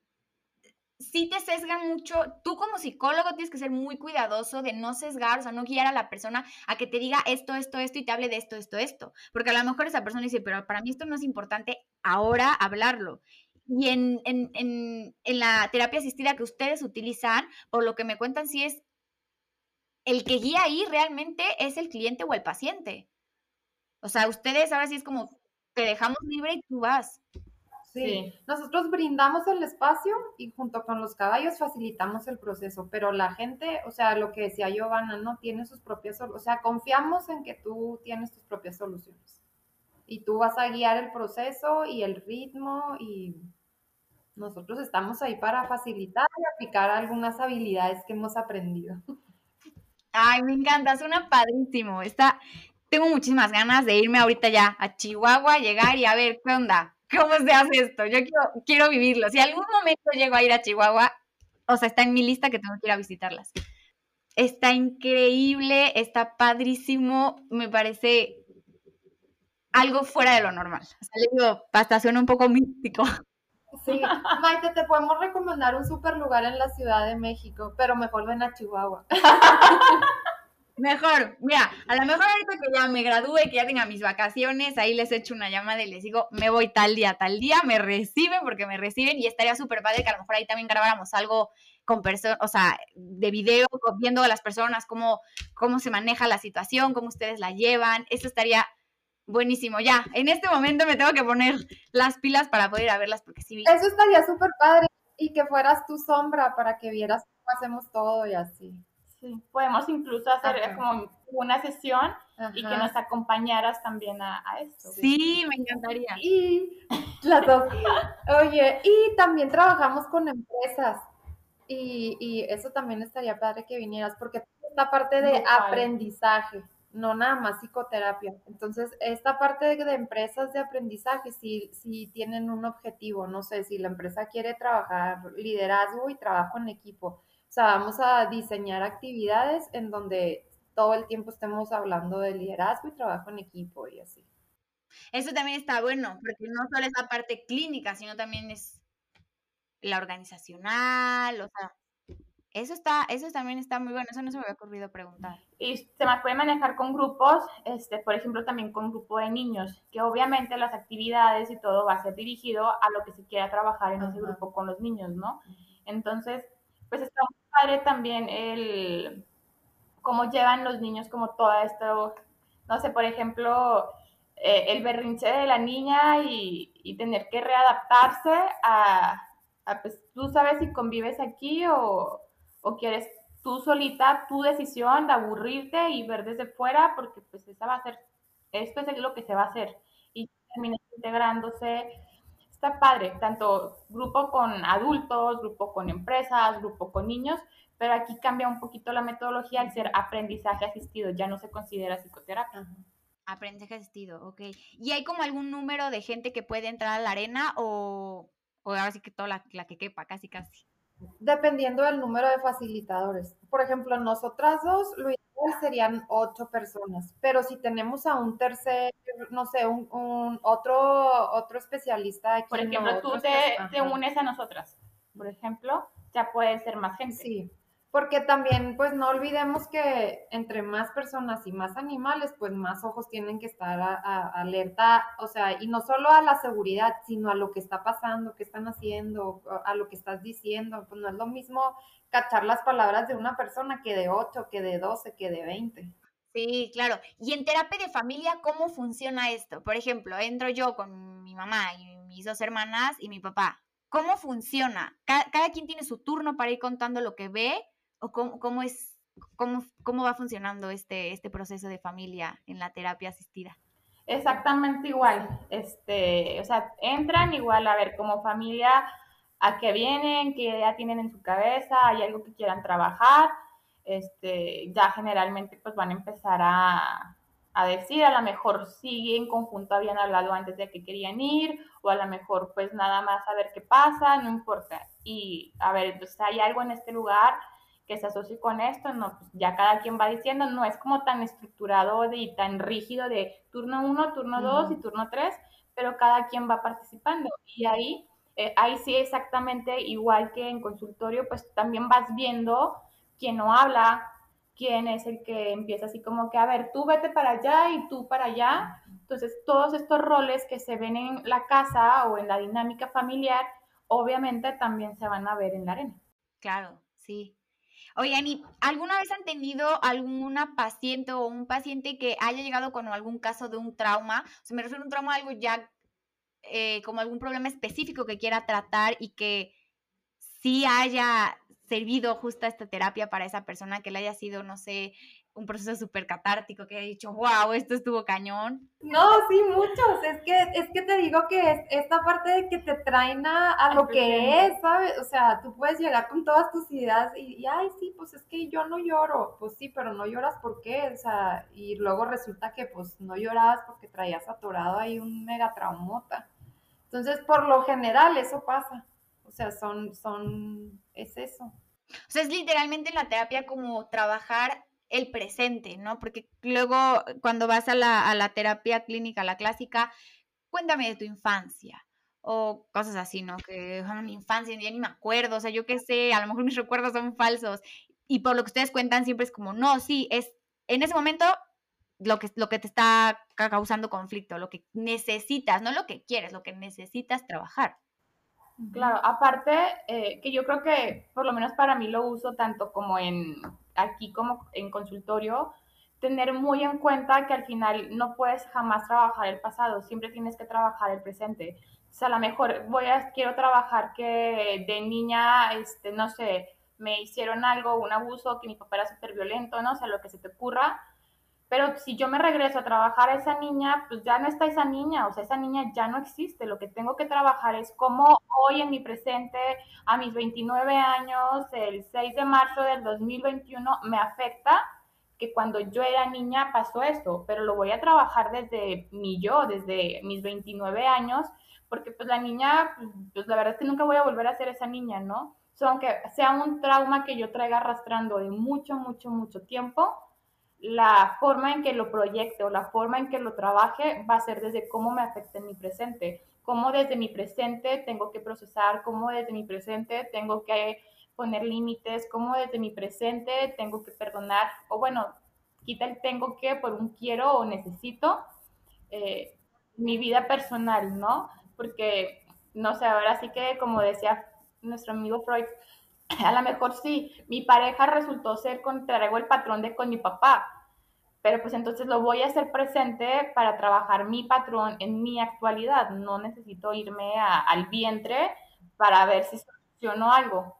sí te sesgan mucho. Tú como psicólogo tienes que ser muy cuidadoso de no sesgar, o sea, no guiar a la persona a que te diga esto, esto, esto y te hable de esto, esto, esto. Porque a lo mejor esa persona dice, pero para mí esto no es importante ahora hablarlo. Y en, en, en, en la terapia asistida que ustedes utilizan, por lo que me cuentan, sí es el que guía ahí realmente es el cliente o el paciente. O sea, ustedes ahora sí es como, te dejamos libre y tú vas.
Sí.
Sí.
Nosotros brindamos el espacio y junto con los caballos facilitamos el proceso, pero la gente, o sea, lo que decía Giovanna, no tiene sus propias soluciones, o sea, confiamos en que tú tienes tus propias soluciones y tú vas a guiar el proceso y el ritmo y nosotros estamos ahí para facilitar y aplicar algunas habilidades que hemos aprendido.
Ay, me encanta, suena padrísimo. Está, tengo muchísimas ganas de irme ahorita ya a Chihuahua, llegar y a ver qué onda, cómo se hace esto. Yo quiero, quiero vivirlo. Si algún momento llego a ir a Chihuahua, o sea, está en mi lista que tengo que ir a visitarlas. Está increíble, está padrísimo, me parece algo fuera de lo normal. O sea, le digo, hasta suena un poco místico.
Sí, Maite, te podemos recomendar un super lugar en la Ciudad de México, pero mejor ven a Chihuahua.
Mejor, mira, a lo mejor ahorita que ya me gradúe, que ya tenga mis vacaciones, ahí les echo una llamada y les digo, me voy tal día, tal día, me reciben porque me reciben y estaría súper padre que a lo mejor ahí también grabáramos algo con personas, o sea, de video, viendo a las personas cómo, cómo se maneja la situación, cómo ustedes la llevan, eso estaría buenísimo. Ya, en este momento me tengo que poner las pilas para poder ir a verlas porque sí.
Eso estaría súper padre y que fueras tu sombra para que vieras cómo hacemos todo y así.
Sí, podemos incluso hacer
Ajá.
como una sesión
Ajá.
y que nos acompañaras también a, a esto.
Sí, me encantaría.
Y las dos. Oye, y también trabajamos con empresas y, y eso también estaría padre que vinieras porque esta parte de
Muy padre.
aprendizaje, no nada más psicoterapia. Entonces, esta parte de, de empresas de aprendizaje, si, si tienen un objetivo, no sé, si la empresa quiere trabajar liderazgo y trabajo en equipo, o sea, vamos a diseñar actividades en donde todo el tiempo estemos hablando de liderazgo y trabajo en equipo y así.
Eso también está bueno, porque no solo es la parte clínica, sino también es la organizacional, o sea, eso está, eso también está muy bueno, eso no se me había ocurrido preguntar.
Y se puede manejar con grupos, este, por ejemplo, también con grupo de niños, que obviamente las actividades y todo va a ser dirigido a lo que se quiera trabajar en Ajá. ese grupo con los niños, ¿no? Entonces, pues está muy padre también el cómo llevan los niños como todo esto, no sé, por ejemplo, eh, el berrinche de la niña y, y tener que readaptarse a, a, pues tú sabes si convives aquí o, o quieres tú solita, tu decisión de aburrirte y ver desde fuera, porque pues esa va a ser, esto es lo que se va a hacer. Y terminas integrándose. Está padre, tanto grupo con adultos, grupo con empresas, grupo con niños, pero aquí cambia un poquito la metodología al ser aprendizaje asistido, ya no se considera psicoterapia.
Ajá. Aprendizaje asistido, ok. ¿Y hay como algún número de gente que puede entrar a la arena o, o ahora sí que toda la, la que quepa, casi casi?
Dependiendo del número de facilitadores. Por ejemplo, nosotras dos, lo ideal serían ocho personas, pero si tenemos a un tercer, no sé, un, un otro, otro especialista aquí.
Por ejemplo,
no,
tú te, te unes a nosotras, por ejemplo, ya puede ser más gente.
Sí, porque también, pues no olvidemos que entre más personas y más animales, pues más ojos tienen que estar a, a, alerta, o sea, y no solo a la seguridad, sino a lo que está pasando, qué están haciendo, a lo que estás diciendo. Pues no es lo mismo cachar las palabras de una persona que de ocho, que de doce, que de veinte.
Sí, claro. Y en terapia de familia, ¿cómo funciona esto? Por ejemplo, entro yo con mi mamá y mis dos hermanas y mi papá. ¿Cómo funciona? ¿Cada, cada quien tiene su turno para ir contando lo que ve? ¿O cómo, cómo es, cómo, cómo va funcionando este, este proceso de familia en la terapia asistida?
Exactamente igual. Este, o sea, entran igual a ver como familia a qué vienen, qué idea tienen en su cabeza, hay algo que quieran trabajar. Este, ya generalmente pues van a empezar a, a decir, a lo mejor sí en conjunto habían hablado antes de que querían ir, o a lo mejor pues nada más a ver qué pasa, no importa. Y a ver, entonces hay algo en este lugar que se asocie con esto, no, pues ya cada quien va diciendo, no es como tan estructurado de, y tan rígido de turno uno, turno dos uh-huh. y turno tres, pero cada quien va participando. Y ahí, eh, ahí sí exactamente igual que en consultorio, pues también vas viendo quién no habla, quién es el que empieza así como que, a ver, tú vete para allá y tú para allá. Entonces, todos estos roles que se ven en la casa o en la dinámica familiar, obviamente también se van a ver en la arena.
Claro, sí. Oigan, ¿y alguna vez han tenido alguna paciente o un paciente que haya llegado con algún caso de un trauma? O sea, me refiero a un trauma, algo ya eh, como algún problema específico que quiera tratar y que sí haya servido justa esta terapia para esa persona, que le haya sido, no sé, un proceso súper catártico, que haya dicho, wow, esto estuvo cañón?
No, sí, muchos. Es que, es que te digo que es esta parte de que te traen a, a lo que es, ¿sabes? O sea, tú puedes llegar con todas tus ideas y, y, ay, sí, pues es que yo no lloro. Pues sí, pero no lloras ¿por qué? O sea, y luego resulta que pues no llorabas porque traías atorado ahí un mega traumota. Entonces, por lo general, eso pasa. O sea, son, son, es eso.
O sea, es literalmente en la terapia como trabajar el presente, ¿no? Porque luego cuando vas a la, a la terapia clínica, la clásica, cuéntame de tu infancia o cosas así, ¿no? Que bueno, mi infancia ya ni me acuerdo, o sea, yo qué sé, a lo mejor mis recuerdos son falsos y por lo que ustedes cuentan siempre es como, no, sí, es en ese momento lo que, lo que te está causando conflicto, lo que necesitas, no lo que quieres, lo que necesitas trabajar.
Claro, aparte eh, que yo creo que por lo menos para mí lo uso tanto como en aquí como en consultorio, tener muy en cuenta que al final no puedes jamás trabajar el pasado, siempre tienes que trabajar el presente. O sea, a lo mejor voy a, quiero trabajar que de niña, este, no sé, me hicieron algo, un abuso, que mi papá era súper violento, no sé, lo que se te ocurra, pero si yo me regreso a trabajar a esa niña, pues ya no está esa niña, o sea, esa niña ya no existe. Lo que tengo que trabajar es cómo hoy en mi presente, a mis veintinueve años, el seis de marzo del dos mil veintiuno, me afecta que cuando yo era niña pasó esto, pero lo voy a trabajar desde mi yo, desde mis veintinueve años, porque pues la niña, pues la verdad es que nunca voy a volver a ser esa niña, ¿no? O sea, aunque sea un trauma que yo traiga arrastrando de mucho, mucho, mucho tiempo, la forma en que lo proyecte o la forma en que lo trabaje va a ser desde cómo me afecta en mi presente, cómo desde mi presente tengo que procesar, cómo desde mi presente tengo que poner límites, cómo desde mi presente tengo que perdonar, o bueno, quita el tengo que por un quiero o necesito, eh, mi vida personal, ¿no? Porque, no sé, ahora sí que como decía nuestro amigo Freud, a lo mejor sí, mi pareja resultó ser contrario el patrón de con mi papá, pero pues entonces lo voy a hacer presente para trabajar mi patrón en mi actualidad. No necesito irme a, al vientre para ver si soluciono algo.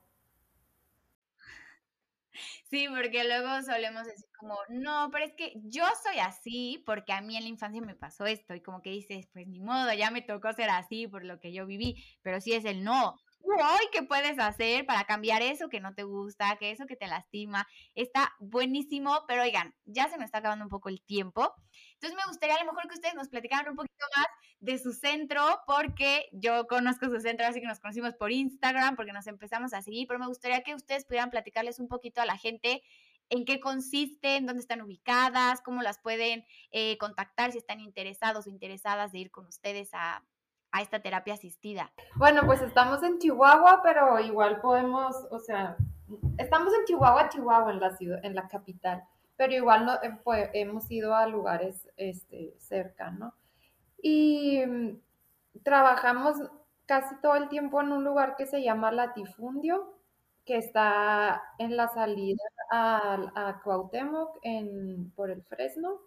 Sí, porque luego solemos decir como, no, pero es que yo soy así porque a mí en la infancia me pasó esto y como que dices, pues ni modo, ya me tocó ser así por lo que yo viví, pero sí es el no. Tú hoy, ¿qué puedes hacer para cambiar eso que no te gusta, que eso que te lastima? Está buenísimo, pero oigan, ya se nos está acabando un poco el tiempo. Entonces me gustaría a lo mejor que ustedes nos platicaran un poquito más de su centro, porque yo conozco su centro, así que nos conocimos por Instagram, porque nos empezamos a seguir, pero me gustaría que ustedes pudieran platicarles un poquito a la gente en qué consisten, dónde están ubicadas, cómo las pueden eh, contactar si están interesados o interesadas de ir con ustedes a, a esta terapia asistida.
Bueno, pues estamos en Chihuahua, pero igual podemos, o sea, estamos en Chihuahua, Chihuahua, en la ciudad, en la capital, pero igual no, eh, pues, hemos ido a lugares este, cerca, ¿no? Y mm, trabajamos casi todo el tiempo en un lugar que se llama Latifundio, que está en la salida a, a Cuauhtémoc, en, por el Fresno.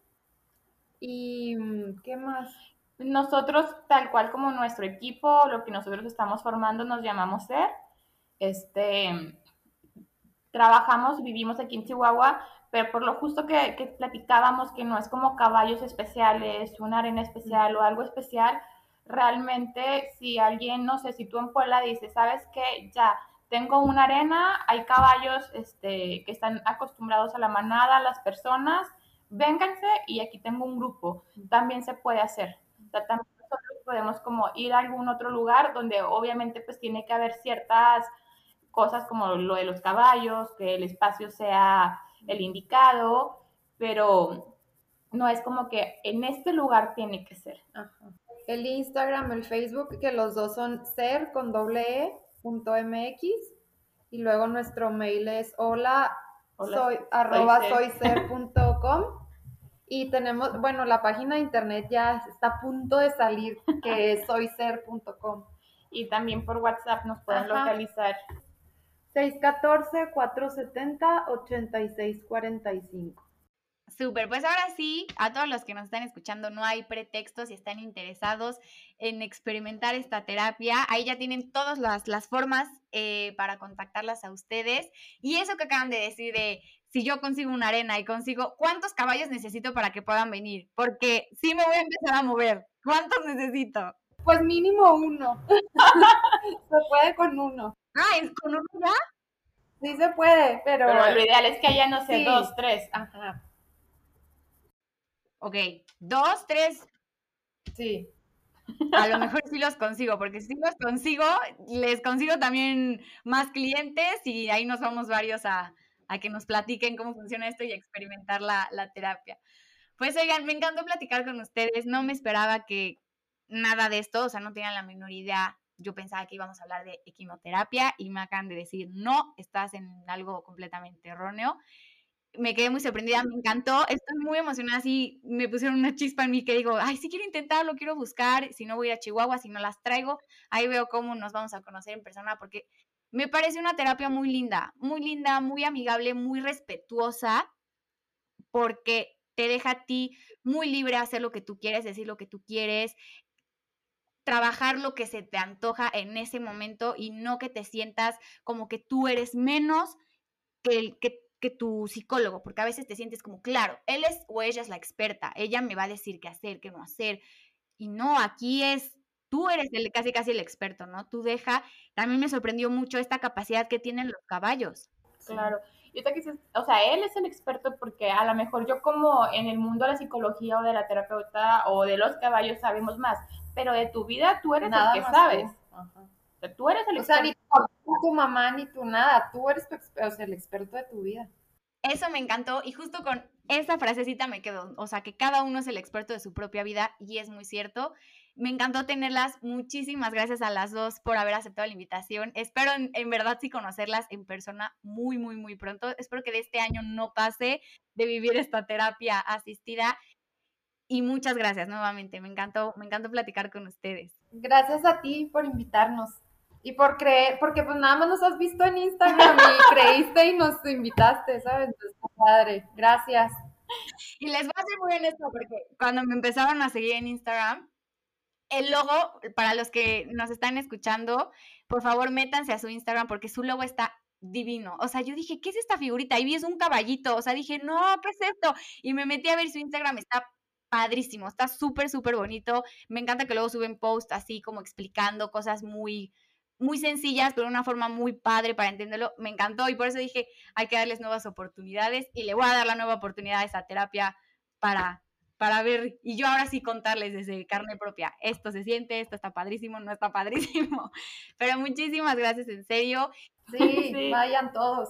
¿Y mm, qué más?
Nosotros, tal cual como nuestro equipo, lo que nosotros estamos formando, nos llamamos SER. Este, trabajamos, vivimos aquí en Chihuahua, pero por lo justo que, que platicábamos, que no es como caballos especiales, una arena especial o algo especial, realmente si alguien, no sé, si tú en Puebla dices, ¿sabes qué? Ya, tengo una arena, hay caballos este, que están acostumbrados a la manada, a las personas, vénganse y aquí tengo un grupo, también se puede hacer. O sea, también nosotros podemos como ir a algún otro lugar donde obviamente pues tiene que haber ciertas cosas como lo de los caballos, que el espacio sea el indicado, pero no es como que en este lugar tiene que ser.
Ajá. El Instagram, el Facebook, que los dos son ser con doble e punto mx, y luego nuestro mail es hola,
Hola
soy,
soy
arroba
ser.
soyser punto com, y tenemos, bueno, la página de internet ya está a punto de salir, que es soyser punto com.
Y también por WhatsApp nos pueden Ajá. localizar.
seis uno cuatro, cuatro siete cero, ocho seis cuatro cinco.
Súper, pues ahora sí, a todos los que nos están escuchando, no hay pretextos si están interesados en experimentar esta terapia. Ahí ya tienen todas las, las formas eh, para contactarlas a ustedes. Y eso que acaban de decir de si yo consigo una arena y consigo, ¿cuántos caballos necesito para que puedan venir? Porque sí me voy a empezar a mover. ¿Cuántos necesito?
Pues mínimo uno. Se puede con uno.
Ah, ¿es con uno ya?
Sí se puede, pero...
Pero lo ideal es que haya, no sé,
Sí.
dos, tres.
Ajá.
Ok, dos, tres,
Sí.
a lo mejor sí los consigo, porque si los consigo, les consigo también más clientes y ahí nos vamos varios a, a que nos platiquen cómo funciona esto y a experimentar la, la terapia. Pues oigan, me encantó platicar con ustedes, no me esperaba que nada de esto, o sea, no tenían la menor idea. Yo pensaba que íbamos a hablar de equinoterapia y me acaban de decir, no, estás en algo completamente erróneo. Me quedé muy sorprendida, me encantó, estoy muy emocionada, sí, me pusieron una chispa en mí que digo, ay, sí quiero intentarlo, quiero buscar, si no voy a Chihuahua, si no las traigo, ahí veo cómo nos vamos a conocer en persona, porque me parece una terapia muy linda, muy linda, muy amigable, muy respetuosa, porque te deja a ti muy libre a hacer lo que tú quieres, decir lo que tú quieres, trabajar lo que se te antoja en ese momento y no que te sientas como que tú eres menos que, el, que, que tu psicólogo, porque a veces te sientes como, claro, él es o ella es la experta, ella me va a decir qué hacer, qué no hacer, y no, aquí es, tú eres el, casi casi el experto, ¿no? Tú deja, también me sorprendió mucho esta capacidad que tienen los caballos.
Claro. Yo te quise, o sea, él es el experto porque a lo mejor yo como en el mundo de la psicología o de la terapeuta o de los caballos sabemos más, pero de tu vida tú eres
Nada
el que
más
sabes.
tú. Ajá.
O sea, tú eres el
O sea,
experto.
ni tu, papá, ni tu mamá, ni tu nada. Tú eres tu exper- o sea, el experto de tu vida.
Eso me encantó y justo con esa frasecita me quedo, o sea, que cada uno es el experto de su propia vida y es muy cierto. Me encantó tenerlas, muchísimas gracias a las dos por haber aceptado la invitación. Espero en, en verdad sí conocerlas en persona muy, muy, muy pronto. Espero que de este año no pase de vivir esta terapia asistida y muchas gracias nuevamente. Me encantó, me encantó platicar con ustedes.
Gracias a ti por invitarnos y por creer, porque pues nada más nos has visto en Instagram y creíste y nos invitaste, ¿sabes? Entonces, padre, gracias.
Y les voy a ser muy honesta porque cuando me empezaron a seguir en Instagram, el logo, para los que nos están escuchando, por favor métanse a su Instagram porque su logo está divino. O sea, yo dije, ¿qué es esta figurita? Y vi es un caballito. O sea, dije, no, ¿qué es esto? Y me metí a ver su Instagram, está padrísimo, está súper, súper bonito. Me encanta que luego suben posts así como explicando cosas muy, muy sencillas, pero de una forma muy padre para entenderlo. Me encantó y por eso dije, hay que darles nuevas oportunidades y le voy a dar la nueva oportunidad a esa terapia para para ver, y yo ahora sí contarles desde carne propia, esto se siente, esto está padrísimo, no está padrísimo, pero muchísimas gracias, en serio.
Sí,
Sí.
vayan todos.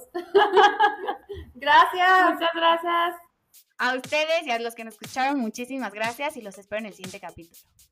Gracias.
Muchas gracias.
A ustedes y a los que nos escucharon, muchísimas gracias y los espero en el siguiente capítulo.